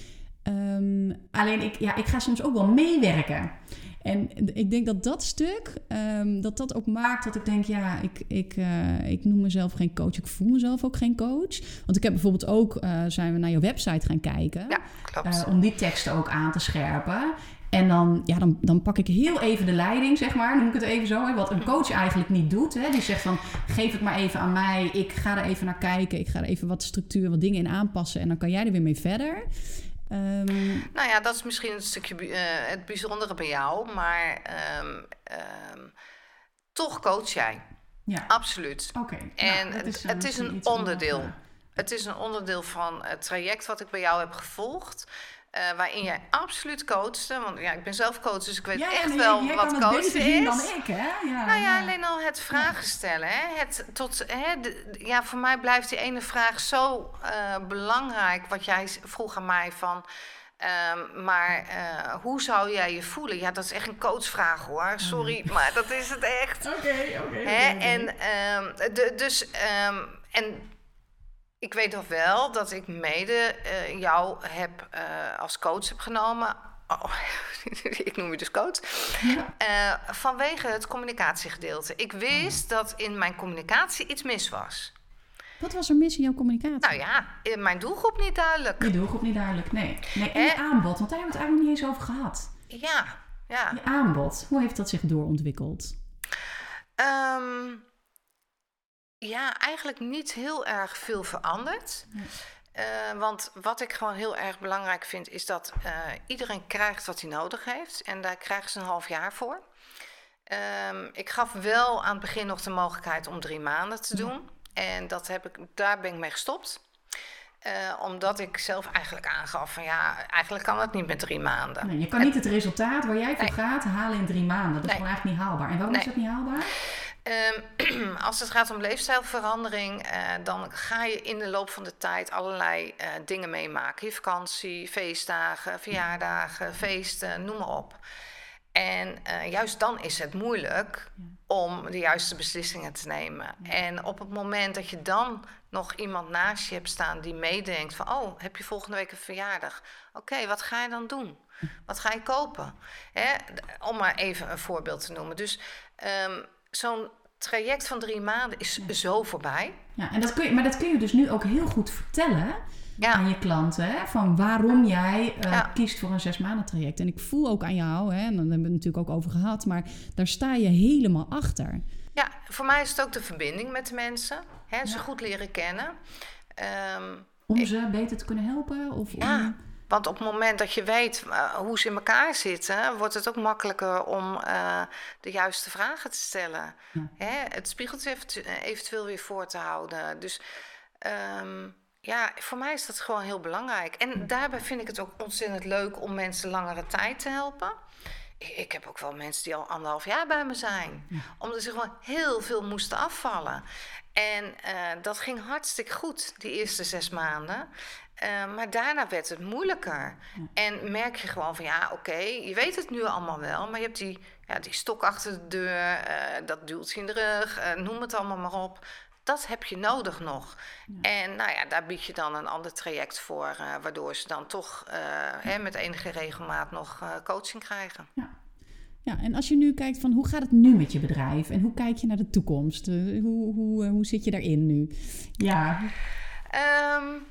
Um, alleen ik, ja, ik ga soms ook wel meewerken. En ik denk dat dat stuk, um, dat dat ook maakt dat ik denk, ja, ik, ik, uh, ik noem mezelf geen coach. Ik voel mezelf ook geen coach. Want ik heb bijvoorbeeld ook, uh, zijn we naar jouw website gaan kijken. Ja, klopt. Uh, om die teksten ook aan te scherpen. En dan, ja, dan, dan pak ik heel even de leiding, zeg maar. Noem ik het even zo. Hè, wat een coach eigenlijk niet doet. Hè. Die zegt van, geef het maar even aan mij. Ik ga er even naar kijken. Ik ga er even wat structuur, wat dingen in aanpassen. En dan kan jij er weer mee verder. Um, nou ja, dat is misschien een stukje uh, het bijzondere bij jou. Maar um, um, toch coach jij. Ja. Absoluut. Oké. Okay. En nou, is, het is een onderdeel. Om, uh... Het is een onderdeel van het traject wat ik bij jou heb gevolgd. Uh, waarin jij absoluut coachte. Want ja, ik ben zelf coach, dus ik weet ja, echt nee, wel jij wat kan coachen het is. Dan ik, hè? Ja, nou ja, ja, alleen al het vragen stellen. Hè? Het tot, hè, de, ja, voor mij blijft die ene vraag zo uh, belangrijk. Wat jij vroeg aan mij van... Um, maar uh, hoe zou jij je voelen? Ja, dat is echt een coachvraag hoor. Sorry, maar dat is het echt. Oké, okay, oké. Okay, okay. En um, de, dus... Um, en ik weet nog wel dat ik mede uh, jou heb, uh, als coach heb genomen. Oh, ik noem je dus coach. Ja. Uh, vanwege het communicatiegedeelte. Ik wist oh. dat in mijn communicatie iets mis was. Wat was er mis in jouw communicatie? Nou ja, mijn doelgroep niet duidelijk. Je doelgroep niet duidelijk, nee. nee en je aanbod, want daar hebben we het eigenlijk nog niet eens over gehad. Ja, ja. Je aanbod, hoe heeft dat zich doorontwikkeld? Um, Ja, eigenlijk niet heel erg veel veranderd. Ja. Uh, want wat ik gewoon heel erg belangrijk vind... is dat uh, iedereen krijgt wat hij nodig heeft. En daar krijgen ze een half jaar voor. Um, ik gaf wel aan het begin nog de mogelijkheid om drie maanden te doen. Ja. En dat heb ik, daar ben ik mee gestopt. Uh, omdat ik zelf eigenlijk aangaf van ja, eigenlijk kan het niet met drie maanden. Nee, je kan niet het resultaat waar jij voor nee. gaat halen in drie maanden. Dat is nee. gewoon eigenlijk niet haalbaar. En waarom nee. is dat niet haalbaar? Um, als het gaat om leefstijlverandering, uh, dan ga je in de loop van de tijd allerlei uh, dingen meemaken. Je vakantie, feestdagen, verjaardagen, feesten, noem maar op. En uh, juist dan is het moeilijk om de juiste beslissingen te nemen. Ja. En op het moment dat je dan nog iemand naast je hebt staan die meedenkt van... oh, heb je volgende week een verjaardag? Oké, okay, wat ga je dan doen? Wat ga je kopen? Hè? Om maar even een voorbeeld te noemen. Dus um, zo'n traject van drie maanden is ja. zo voorbij. Ja, en dat kun je, maar dat kun je dus nu ook heel goed vertellen... Ja. aan je klanten, hè? Van waarom jij uh, ja. kiest voor een zes maanden traject. En ik voel ook aan jou, hè? En daar hebben we het natuurlijk ook over gehad... maar daar sta je helemaal achter. Ja, voor mij is het ook de verbinding met de mensen. Hè? Ze ja. goed leren kennen. Um, om ik, ze beter te kunnen helpen? Of ja, om... want op het moment dat je weet uh, hoe ze in elkaar zitten... wordt het ook makkelijker om uh, de juiste vragen te stellen. Ja. Hè? Het spiegeltje eventueel weer voor te houden. Dus... Um, ja, voor mij is dat gewoon heel belangrijk. En daarbij vind ik het ook ontzettend leuk om mensen langere tijd te helpen. Ik, ik heb ook wel mensen die al anderhalf jaar bij me zijn. Ja. Omdat ze gewoon heel veel moesten afvallen. En uh, dat ging hartstikke goed, die eerste zes maanden. Uh, maar daarna werd het moeilijker. Ja. En merk je gewoon van ja, oké, okay, je weet het nu allemaal wel... maar je hebt die, ja, die stok achter de deur, uh, dat duwtje in de rug, uh, noem het allemaal maar op... Dat heb je nodig nog. Ja. En nou ja, daar bied je dan een ander traject voor... Uh, waardoor ze dan toch uh, ja. hè, met enige regelmaat nog uh, coaching krijgen. Ja. ja, en als je nu kijkt van hoe gaat het nu met je bedrijf... en hoe kijk je naar de toekomst? Uh, hoe, hoe, uh, hoe zit je daarin nu? Ja. Um,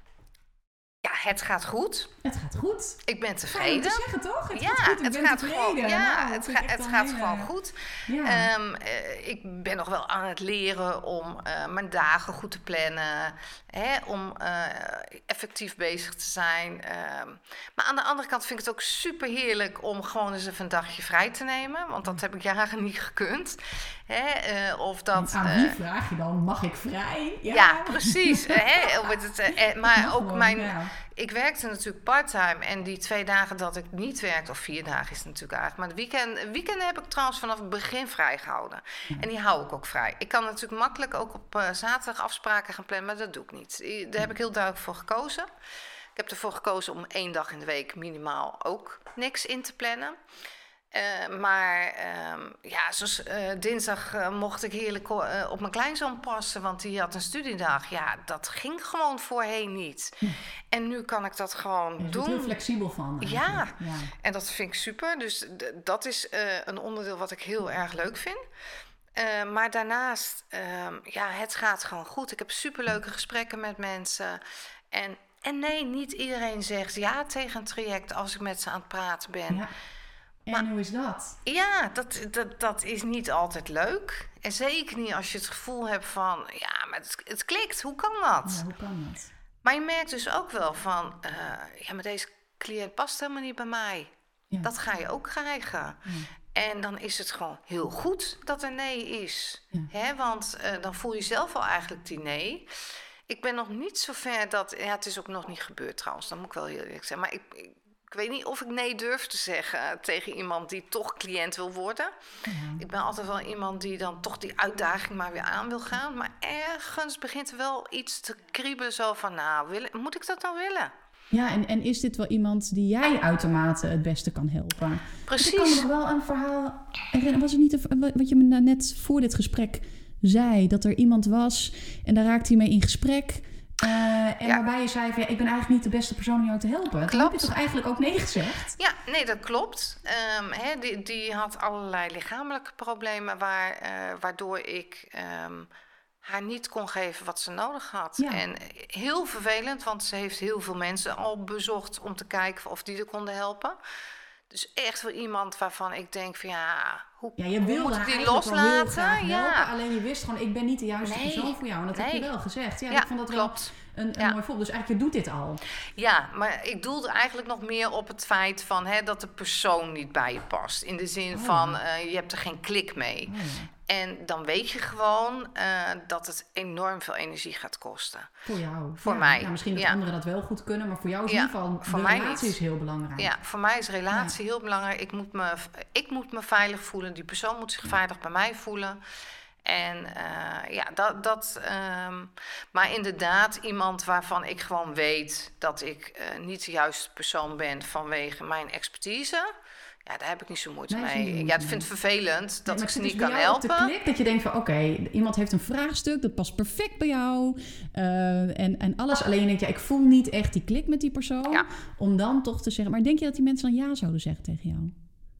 ja, het gaat goed. Het gaat goed. Ik ben tevreden. Ja, te zeggen toch? Het ja, gaat goed. Ik het ben gaat tevreden. gewoon, ja, nou, het, ga, het gaat hele... gewoon goed. Ja. Um, uh, ik ben nog wel aan het leren om uh, mijn dagen goed te plannen. Hè, om uh, effectief bezig te zijn. Um, maar aan de andere kant vind ik het ook super heerlijk om gewoon eens even een dagje vrij te nemen. Want dat heb ik jaren niet gekund. Hè, uh, of dat, en aan wie uh, vraag je dan? Mag ik vrij? Ja, ja precies. hè, met het, uh, maar ook mijn... Ja. Ik werkte natuurlijk part-time en die twee dagen dat ik niet werkte, of vier dagen is het natuurlijk eigenlijk, maar de weekend, weekenden heb ik trouwens vanaf het begin vrijgehouden. Ja. En die hou ik ook vrij. Ik kan natuurlijk makkelijk ook op uh, zaterdag afspraken gaan plannen, maar dat doe ik niet. Daar heb ik heel duidelijk voor gekozen. Ik heb ervoor gekozen om één dag in de week minimaal ook niks in te plannen. Uh, maar um, ja, zoals uh, dinsdag uh, mocht ik heerlijk uh, op mijn kleinzoon passen, want die had een studiedag. Ja, dat ging gewoon voorheen niet. Ja. En nu kan ik dat gewoon je doen. Je bent heel flexibel van. Ja. ja, en dat vind ik super. Dus d- dat is uh, een onderdeel wat ik heel erg leuk vind. Uh, maar daarnaast, uh, ja, het gaat gewoon goed. Ik heb superleuke gesprekken met mensen. En, en nee, niet iedereen zegt ja tegen een traject als ik met ze aan het praten ben. Ja. En maar, hoe is dat? Ja, dat, dat, dat is niet altijd leuk. En zeker niet als je het gevoel hebt van... ja, maar het, het klikt, hoe kan dat? Ja, hoe kan dat? Maar je merkt dus ook wel van... Uh, ja, maar deze cliënt past helemaal niet bij mij. Ja. Dat ga je ook krijgen. Ja. En dan is het gewoon heel goed dat er nee is. Ja. Hè? Want uh, dan voel je zelf al eigenlijk die nee. Ik ben nog niet zo ver dat... Ja, het is ook nog niet gebeurd trouwens. Dat moet ik wel heel eerlijk zeggen. Maar ik... ik Ik weet niet of ik nee durf te zeggen tegen iemand die toch cliënt wil worden. Ja. Ik ben altijd wel iemand die dan toch die uitdaging maar weer aan wil gaan. Maar ergens begint er wel iets te kriebelen zo van... nou, wil, moet ik dat nou willen? Ja, en, en is dit wel iemand die jij uitermate het beste kan helpen? Precies. Ik kan me nog wel een verhaal... Was het niet een, wat je me net voor dit gesprek zei? Dat er iemand was en daar raakte hij mee in gesprek... Uh, en ja. waarbij je zei van ja, ik ben eigenlijk niet de beste persoon om jou te helpen. Klopt. Dan heb je toch eigenlijk ook nee gezegd? Ja, nee, dat klopt. Um, he, die, die had allerlei lichamelijke problemen waar, uh, waardoor ik um, haar niet kon geven wat ze nodig had. Ja. En heel vervelend, want ze heeft heel veel mensen al bezocht om te kijken of die er konden helpen. Dus echt wel iemand waarvan ik denk van ja, hoe, Ja, je hoe wilde moet haar ik die eigenlijk wel heel loslaten? graag helpen, Ja, alleen je wist gewoon, ik ben niet de juiste Nee. persoon voor jou. En dat heb je Nee. wel gezegd. Ja, Ja, ik vond dat klopt. wel een, een Ja. mooi voorbeeld. Dus eigenlijk, je doet dit al. ja, maar ik doelde eigenlijk nog meer op het feit van hè, dat de persoon niet bij je past. In de zin Oh, van ja. uh, je hebt er geen klik mee. Oh, ja. En dan weet je gewoon uh, dat het enorm veel energie gaat kosten. Voor jou. Voor ja. mij. Ja, misschien dat ja. anderen dat wel goed kunnen, maar voor jou is Ja, in ieder geval voor de mij relatie niet. is heel belangrijk. Ja, voor mij is relatie ja. heel belangrijk. Ik moet, me, ik moet me veilig voelen. Die persoon moet zich veilig bij mij voelen. En uh, ja, dat... dat um, maar inderdaad, iemand waarvan ik gewoon weet dat ik uh, niet de juiste persoon ben vanwege mijn expertise. Ja, daar heb ik niet zo moeite nee, mee. Moeite ja, ik vind het vervelend dat nee, ik ze niet dus kan helpen. Op de klik dat je denkt van, oké, okay, iemand heeft een vraagstuk, dat past perfect bij jou. Uh, en, en alles. Alleen je denkt, ja, ik voel niet echt die klik met die persoon. Ja. Om dan toch te zeggen, maar denk je dat die mensen dan ja zouden zeggen tegen jou?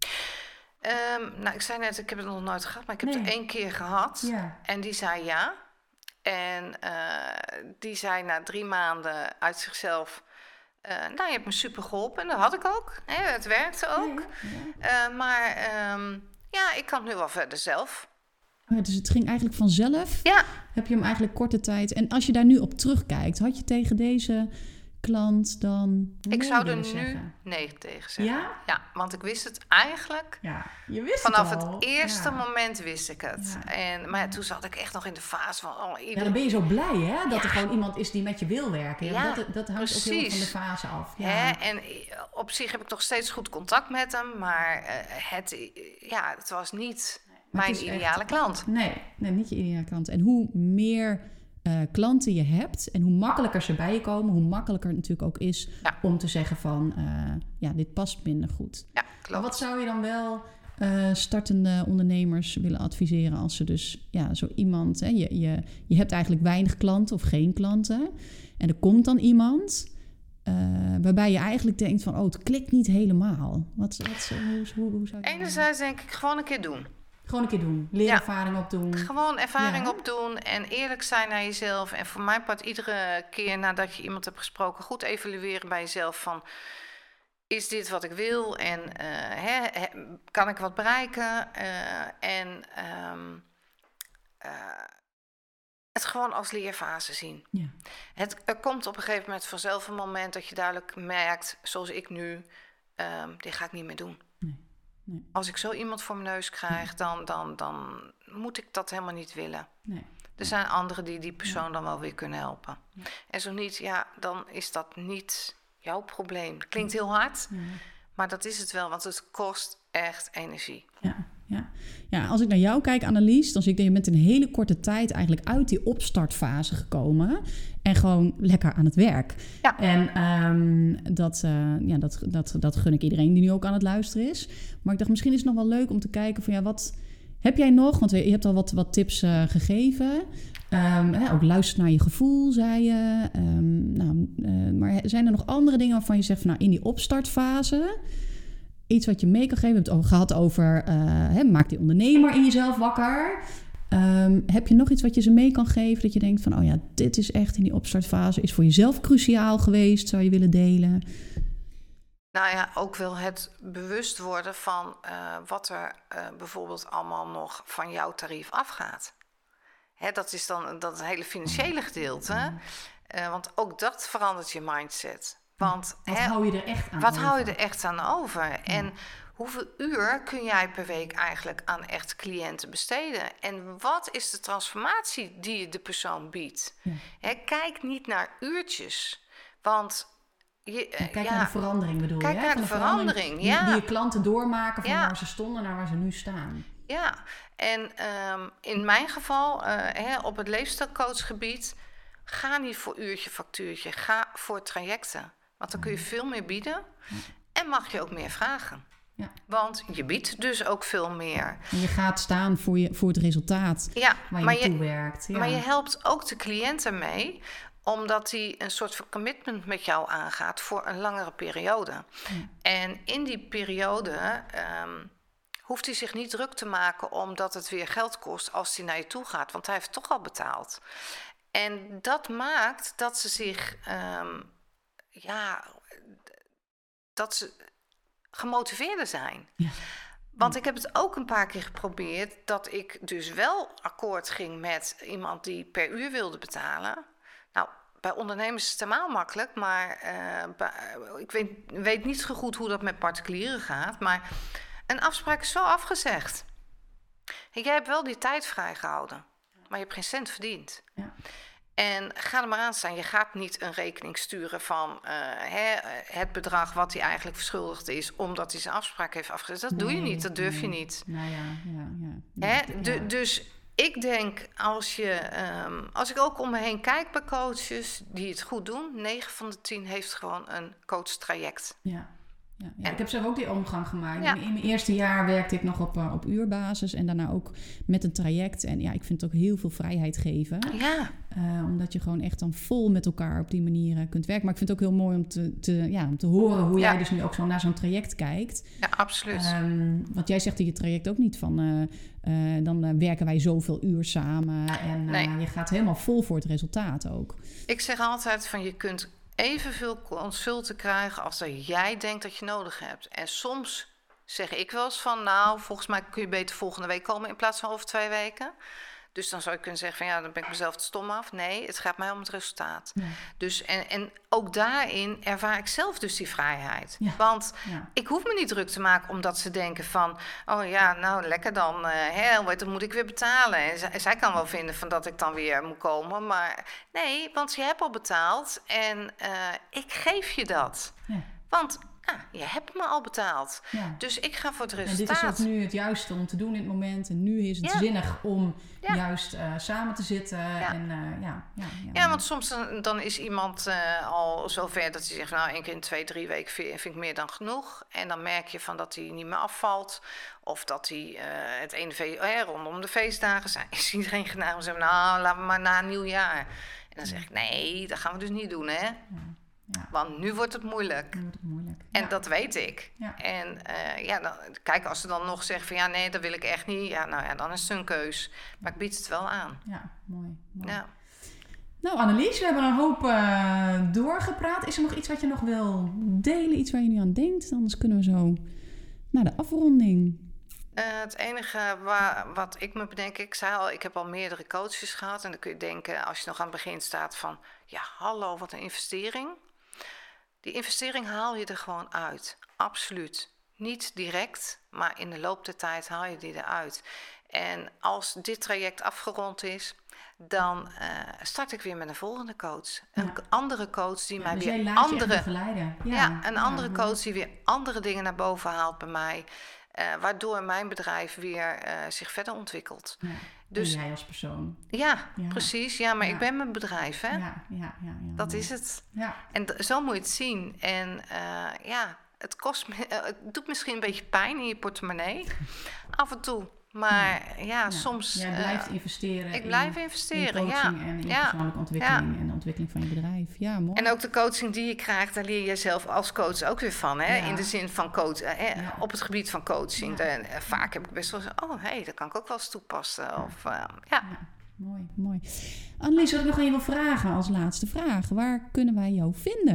Um, nou, ik zei net, ik heb het nog nooit gehad, maar ik heb nee. het één keer gehad. Ja. En die zei ja. En uh, die zei na drie maanden uit zichzelf... Uh, nou, je hebt me super geholpen. En dat had ik ook. Hè, het werkte ook. Ja, ja. Uh, maar um, ja, ik kan het nu wel verder zelf. Oh ja, dus het ging eigenlijk vanzelf? Ja. Heb je hem eigenlijk korte tijd... En als je daar nu op terugkijkt, had je tegen deze klant dan nee Ik zou er nu zeggen? nee tegen zeggen. Ja? Ja, want ik wist het eigenlijk... Ja, je wist vanaf het, het eerste ja. moment wist ik het. Ja. En, maar ja, toen zat ik echt nog in de fase van... Oh, ieder... Ja, dan ben je zo blij, hè? Dat ja. er gewoon iemand is die met je wil werken. Ja, ja, dat, dat hangt precies. ook heel van de fase af. Ja. Hè? En op zich heb ik nog steeds goed contact met hem. Maar uh, het, ja, het was niet maar mijn ideale echt, klant. Nee, nee, niet je ideale klant. En hoe meer... Uh, klanten je hebt en hoe makkelijker ze bij je komen, hoe makkelijker het natuurlijk ook is ja. om te zeggen van, uh, ja, dit past minder goed. Ja, klopt. Maar wat zou je dan wel uh, startende ondernemers willen adviseren als ze dus, ja, zo iemand, hè, je, je, je hebt eigenlijk weinig klanten of geen klanten en er komt dan iemand uh, waarbij je eigenlijk denkt van, oh, het klikt niet helemaal. Wat, wat, hoe, hoe, hoe zou je Enerzijds denk ik gewoon een keer doen. Gewoon een keer doen. Leerervaring ja. opdoen. Gewoon ervaring ja. opdoen en eerlijk zijn naar jezelf. En voor mijn part iedere keer nadat je iemand hebt gesproken... goed evalueren bij jezelf van... is dit wat ik wil en uh, hè, hè, kan ik wat bereiken? Uh, en um, uh, het gewoon als leerfase zien. Ja. Het, er komt op een gegeven moment vanzelf een moment... dat je duidelijk merkt, zoals ik nu... Um, dit ga ik niet meer doen. Nee. Nee. Als ik zo iemand voor mijn neus krijg, dan, dan, dan moet ik dat helemaal niet willen. Nee. Er zijn anderen die die persoon ja. dan wel weer kunnen helpen. Ja. En zo niet, ja, dan is dat niet jouw probleem. Klinkt heel hard, ja. maar dat is het wel, want het kost echt energie. Ja, ja. ja, als ik naar jou kijk, Annelies, dan zie ik dat je met een hele korte tijd eigenlijk uit die opstartfase gekomen en gewoon lekker aan het werk. Ja. En um, dat, uh, ja, dat, dat, dat gun ik iedereen die nu ook aan het luisteren is. Maar ik dacht, misschien is het nog wel leuk om te kijken van ja, wat heb jij nog? Want je hebt al wat, wat tips uh, gegeven. Um, hè, ook luister naar je gevoel, zei je. Um, nou, uh, maar zijn er nog andere dingen waarvan je zegt van nou, in die opstartfase... iets wat je mee kan geven. We hebben het gehad over... Uh, hè, maak die ondernemer in jezelf wakker. Um, heb je nog iets wat je ze mee kan geven? Dat je denkt van... oh ja, dit is echt in die opstartfase... is voor jezelf cruciaal geweest. Zou je willen delen? Nou ja, ook wel het bewust worden van... Uh, wat er uh, bijvoorbeeld allemaal nog van jouw tarief afgaat. Hè, dat is dan dat hele financiële gedeelte. Uh, want ook dat verandert je mindset. Want, wat hè, hou je er echt aan Wat over? hou je er echt aan over? Ja. En hoeveel uur kun jij per week eigenlijk aan echt cliënten besteden? En wat is de transformatie die je de persoon biedt? Ja. Hè, kijk niet naar uurtjes. Want... Je, ja, kijk ja, naar de verandering bedoel kijk je? Kijk naar de, de verandering, verandering ja. Die, die je klanten doormaken van ja. waar ze stonden naar waar ze nu staan. Ja, en um, in mijn geval, uh, hè, op het leefstijlcoachgebied... ga niet voor uurtje factuurtje, ga voor trajecten. Want dan kun je veel meer bieden ja. en mag je ook meer vragen. Ja. Want je biedt dus ook veel meer. En je gaat staan voor, je, voor het resultaat ja, waar je naartoe werkt. Ja. Maar je helpt ook de cliënten mee... omdat hij een soort van commitment met jou aangaat voor een langere periode. Ja. En in die periode um, hoeft hij zich niet druk te maken... omdat het weer geld kost als hij naar je toe gaat. Want hij heeft toch al betaald. En dat maakt dat ze zich... Um, ja, dat ze gemotiveerder zijn. Ja. Want ik heb het ook een paar keer geprobeerd... dat ik dus wel akkoord ging met iemand die per uur wilde betalen. Nou, bij ondernemers is het helemaal makkelijk... maar uh, bij, ik weet, weet niet zo goed hoe dat met particulieren gaat... maar een afspraak is zo afgezegd. En jij hebt wel die tijd vrijgehouden... maar je hebt geen cent verdiend. Ja. En ga er maar aan staan. Je gaat niet een rekening sturen van uh, hè, het bedrag wat hij eigenlijk verschuldigd is... omdat hij zijn afspraak heeft afgezet. Dat nee, doe je niet, dat durf nee. je niet. Nou ja, ja, ja. Hè? Ja. De, dus ik denk, als, je, um, als ik ook om me heen kijk bij coaches die het goed doen... negen van de tien heeft gewoon een coachtraject. Ja. Ja, ja. Ik heb zelf ook die omgang gemaakt. Ja. In mijn eerste jaar werkte ik nog op, uh, op uurbasis en daarna ook met een traject. En ja, ik vind het ook heel veel vrijheid geven. Ja. Uh, omdat je gewoon echt dan vol met elkaar op die manier uh, kunt werken. Maar ik vind het ook heel mooi om te, te, ja, om te horen hoe ja. jij dus nu ook zo naar zo'n traject kijkt. Ja, absoluut. Um, want jij zegt in je traject ook niet van... Uh, uh, dan uh, werken wij zoveel uur samen. En uh, nee. je gaat helemaal vol voor het resultaat ook. Ik zeg altijd van je kunt... evenveel consulten krijgen als dat jij denkt dat je nodig hebt. En soms zeg ik wel eens van... nou, volgens mij kun je beter volgende week komen... in plaats van over twee weken. Dus dan zou je kunnen zeggen van... ja, dan ben ik mezelf te stom af. Nee, het gaat mij om het resultaat. Ja. Dus, en, en ook daarin ervaar ik zelf dus die vrijheid. Ja. Want ja. ik hoef me niet druk te maken omdat ze denken van... oh ja, nou lekker dan, uh, hè, dan moet ik weer betalen. En z- zij kan wel vinden van dat ik dan weer moet komen. Maar nee, want je hebt al betaald en uh, ik geef je dat. Ja. Want... Ah, je hebt me al betaald. Ja. Dus ik ga voor het resultaat. En dit is ook nu het juiste om te doen in het moment. En nu is het ja. zinnig om ja. juist uh, samen te zitten. Ja, en, uh, ja, ja, ja, ja, want soms dan, dan is iemand uh, al zover dat hij zegt... nou, één keer in twee, drie weken vind, vind ik meer dan genoeg. En dan merk je van dat hij niet meer afvalt. Of dat hij uh, het ene feest, oh ja, rondom de feestdagen... is iedereen geneigd om te zeggen... nou, laten we maar na een nieuw jaar. En dan zeg ik, nee, dat gaan we dus niet doen, hè. Ja. Ja. Want nu wordt het moeilijk. Nu wordt het moeilijk. En ja. dat weet ik. Ja. En uh, ja, dan, kijk, als ze dan nog zeggen van... ja, nee, dat wil ik echt niet. Ja, nou ja, dan is het hun keus. Maar ik bied het wel aan. Ja, mooi. mooi. Ja. Nou, Annelies, we hebben een hoop uh, doorgepraat. Is er nog iets wat je nog wil delen? Iets waar je nu aan denkt? Anders kunnen we zo naar de afronding. Uh, het enige waar, wat ik me bedenk... ik zei al, ik heb al meerdere coaches gehad... en dan kun je denken, als je nog aan het begin staat van... ja, hallo, wat een investering... Die investering haal je er gewoon uit. Absoluut. Niet direct, maar in de loop der tijd haal je die eruit. En als dit traject afgerond is, dan uh, start ik weer met een volgende coach. Een ja. andere coach die ja, mij dus weer jij andere... Je begeleiden. Ja, ja, een ja, andere ja. coach die weer andere dingen naar boven haalt bij mij. Uh, waardoor mijn bedrijf weer uh, zich verder ontwikkelt. Ja. Dus, en jij als persoon. Ja, ja. precies. Ja, maar ja. ik ben mijn bedrijf, hè. Ja, ja, ja, ja, dat ja. is het. Ja. En d- zo moet je het zien. En uh, ja, het, kost me, uh, het doet misschien een beetje pijn in je portemonnee. Af en toe. Maar ja, ja soms... Jij blijft uh, investeren. Ik blijf in, investeren, in coaching ja. en in ja. persoonlijke ontwikkeling. Ja. En de ontwikkeling van je bedrijf. Ja, mooi. En ook de coaching die je krijgt, daar leer je zelf als coach ook weer van. Hè? Ja. In de zin van coach, uh, ja. op het gebied van coaching. Ja. De, uh, vaak heb ik best wel gezegd, oh hé, hey, dat kan ik ook wel eens toepassen. Ja. Of, uh, ja. ja. Mooi, mooi. Annelies, wat ik nog aan je wil vragen als laatste vraag. Waar kunnen wij jou vinden?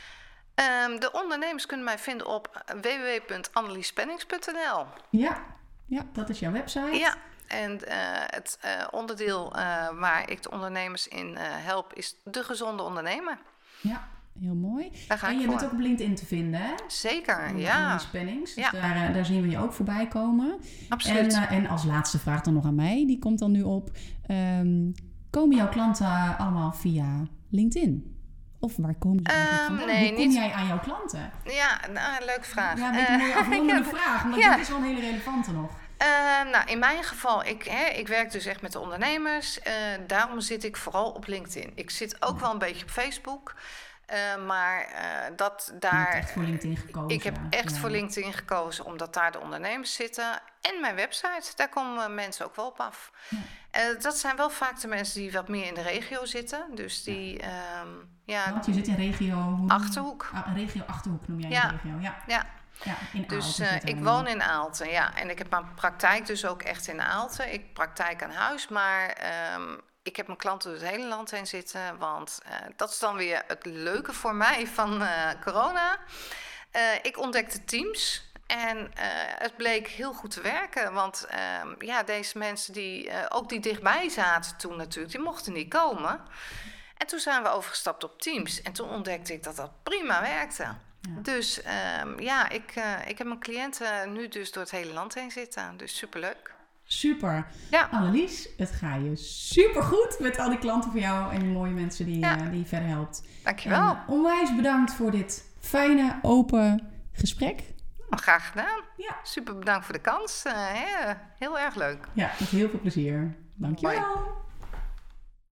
Um, de ondernemers kunnen mij vinden op w w w punt annelies pennings punt n l. Ja, ja, dat is jouw website. Ja, en uh, het uh, onderdeel uh, waar ik de ondernemers in uh, help is De Gezonde Ondernemer. Ja, heel mooi. Daar ga en ik je voor. bent ook op LinkedIn te vinden, hè? Zeker, Onder ja. Annelies Pennings. Dus ja. daar, daar zien we je ook voorbij komen. Absoluut. En, uh, en als laatste vraag dan nog aan mij, die komt dan nu op. Um, komen jouw klanten allemaal via LinkedIn? Of waar komen ze eigenlijk um, vandaan? Nee, Hoe kom niet... jij aan jouw klanten? Ja, nou, leuke vraag. Ja, een mooie afrondende uh, vraag, omdat ja. dit is wel een hele relevante nog. Uh, nou, in mijn geval, ik, hè, ik werk dus echt met de ondernemers. Uh, daarom zit ik vooral op LinkedIn. Ik zit ook ja. wel een beetje op Facebook. Uh, maar uh, dat daar... Je hebt echt voor LinkedIn gekozen. Ik heb echt ja. voor LinkedIn gekozen, omdat daar de ondernemers zitten. En mijn website, daar komen mensen ook wel op af. Ja. Uh, dat zijn wel vaak de mensen die wat meer in de regio zitten. Dus die... Ja. Um, ja, Want je zit in regio... Achterhoek. Ah, regio Achterhoek noem jij ja. de regio, ja. Ja. Ja, in dus uh, ik woon in Aalten, ja. En ik heb mijn praktijk dus ook echt in Aalten. Ik praktijk aan huis, maar um, ik heb mijn klanten door het hele land heen zitten. Want uh, dat is dan weer het leuke voor mij van uh, corona. Uh, ik ontdekte Teams. En uh, het bleek heel goed te werken. Want uh, ja, deze mensen, die, uh, ook die dichtbij zaten toen natuurlijk, die mochten niet komen. En toen zijn we overgestapt op Teams. En toen ontdekte ik dat dat prima werkte. Ja. Dus uh, ja, ik, uh, ik heb mijn cliënten nu dus door het hele land heen zitten. Dus superleuk. Super. Ja. Annelies, het gaat je supergoed met al die klanten van jou en die mooie mensen die, ja. uh, die je verder helpt. Dankjewel. En, uh, onwijs bedankt voor dit fijne, open gesprek. Oh, graag gedaan. Ja. Super bedankt voor de kans. Uh, ja, heel erg leuk. Ja, met heel veel plezier. Dankjewel. Bye.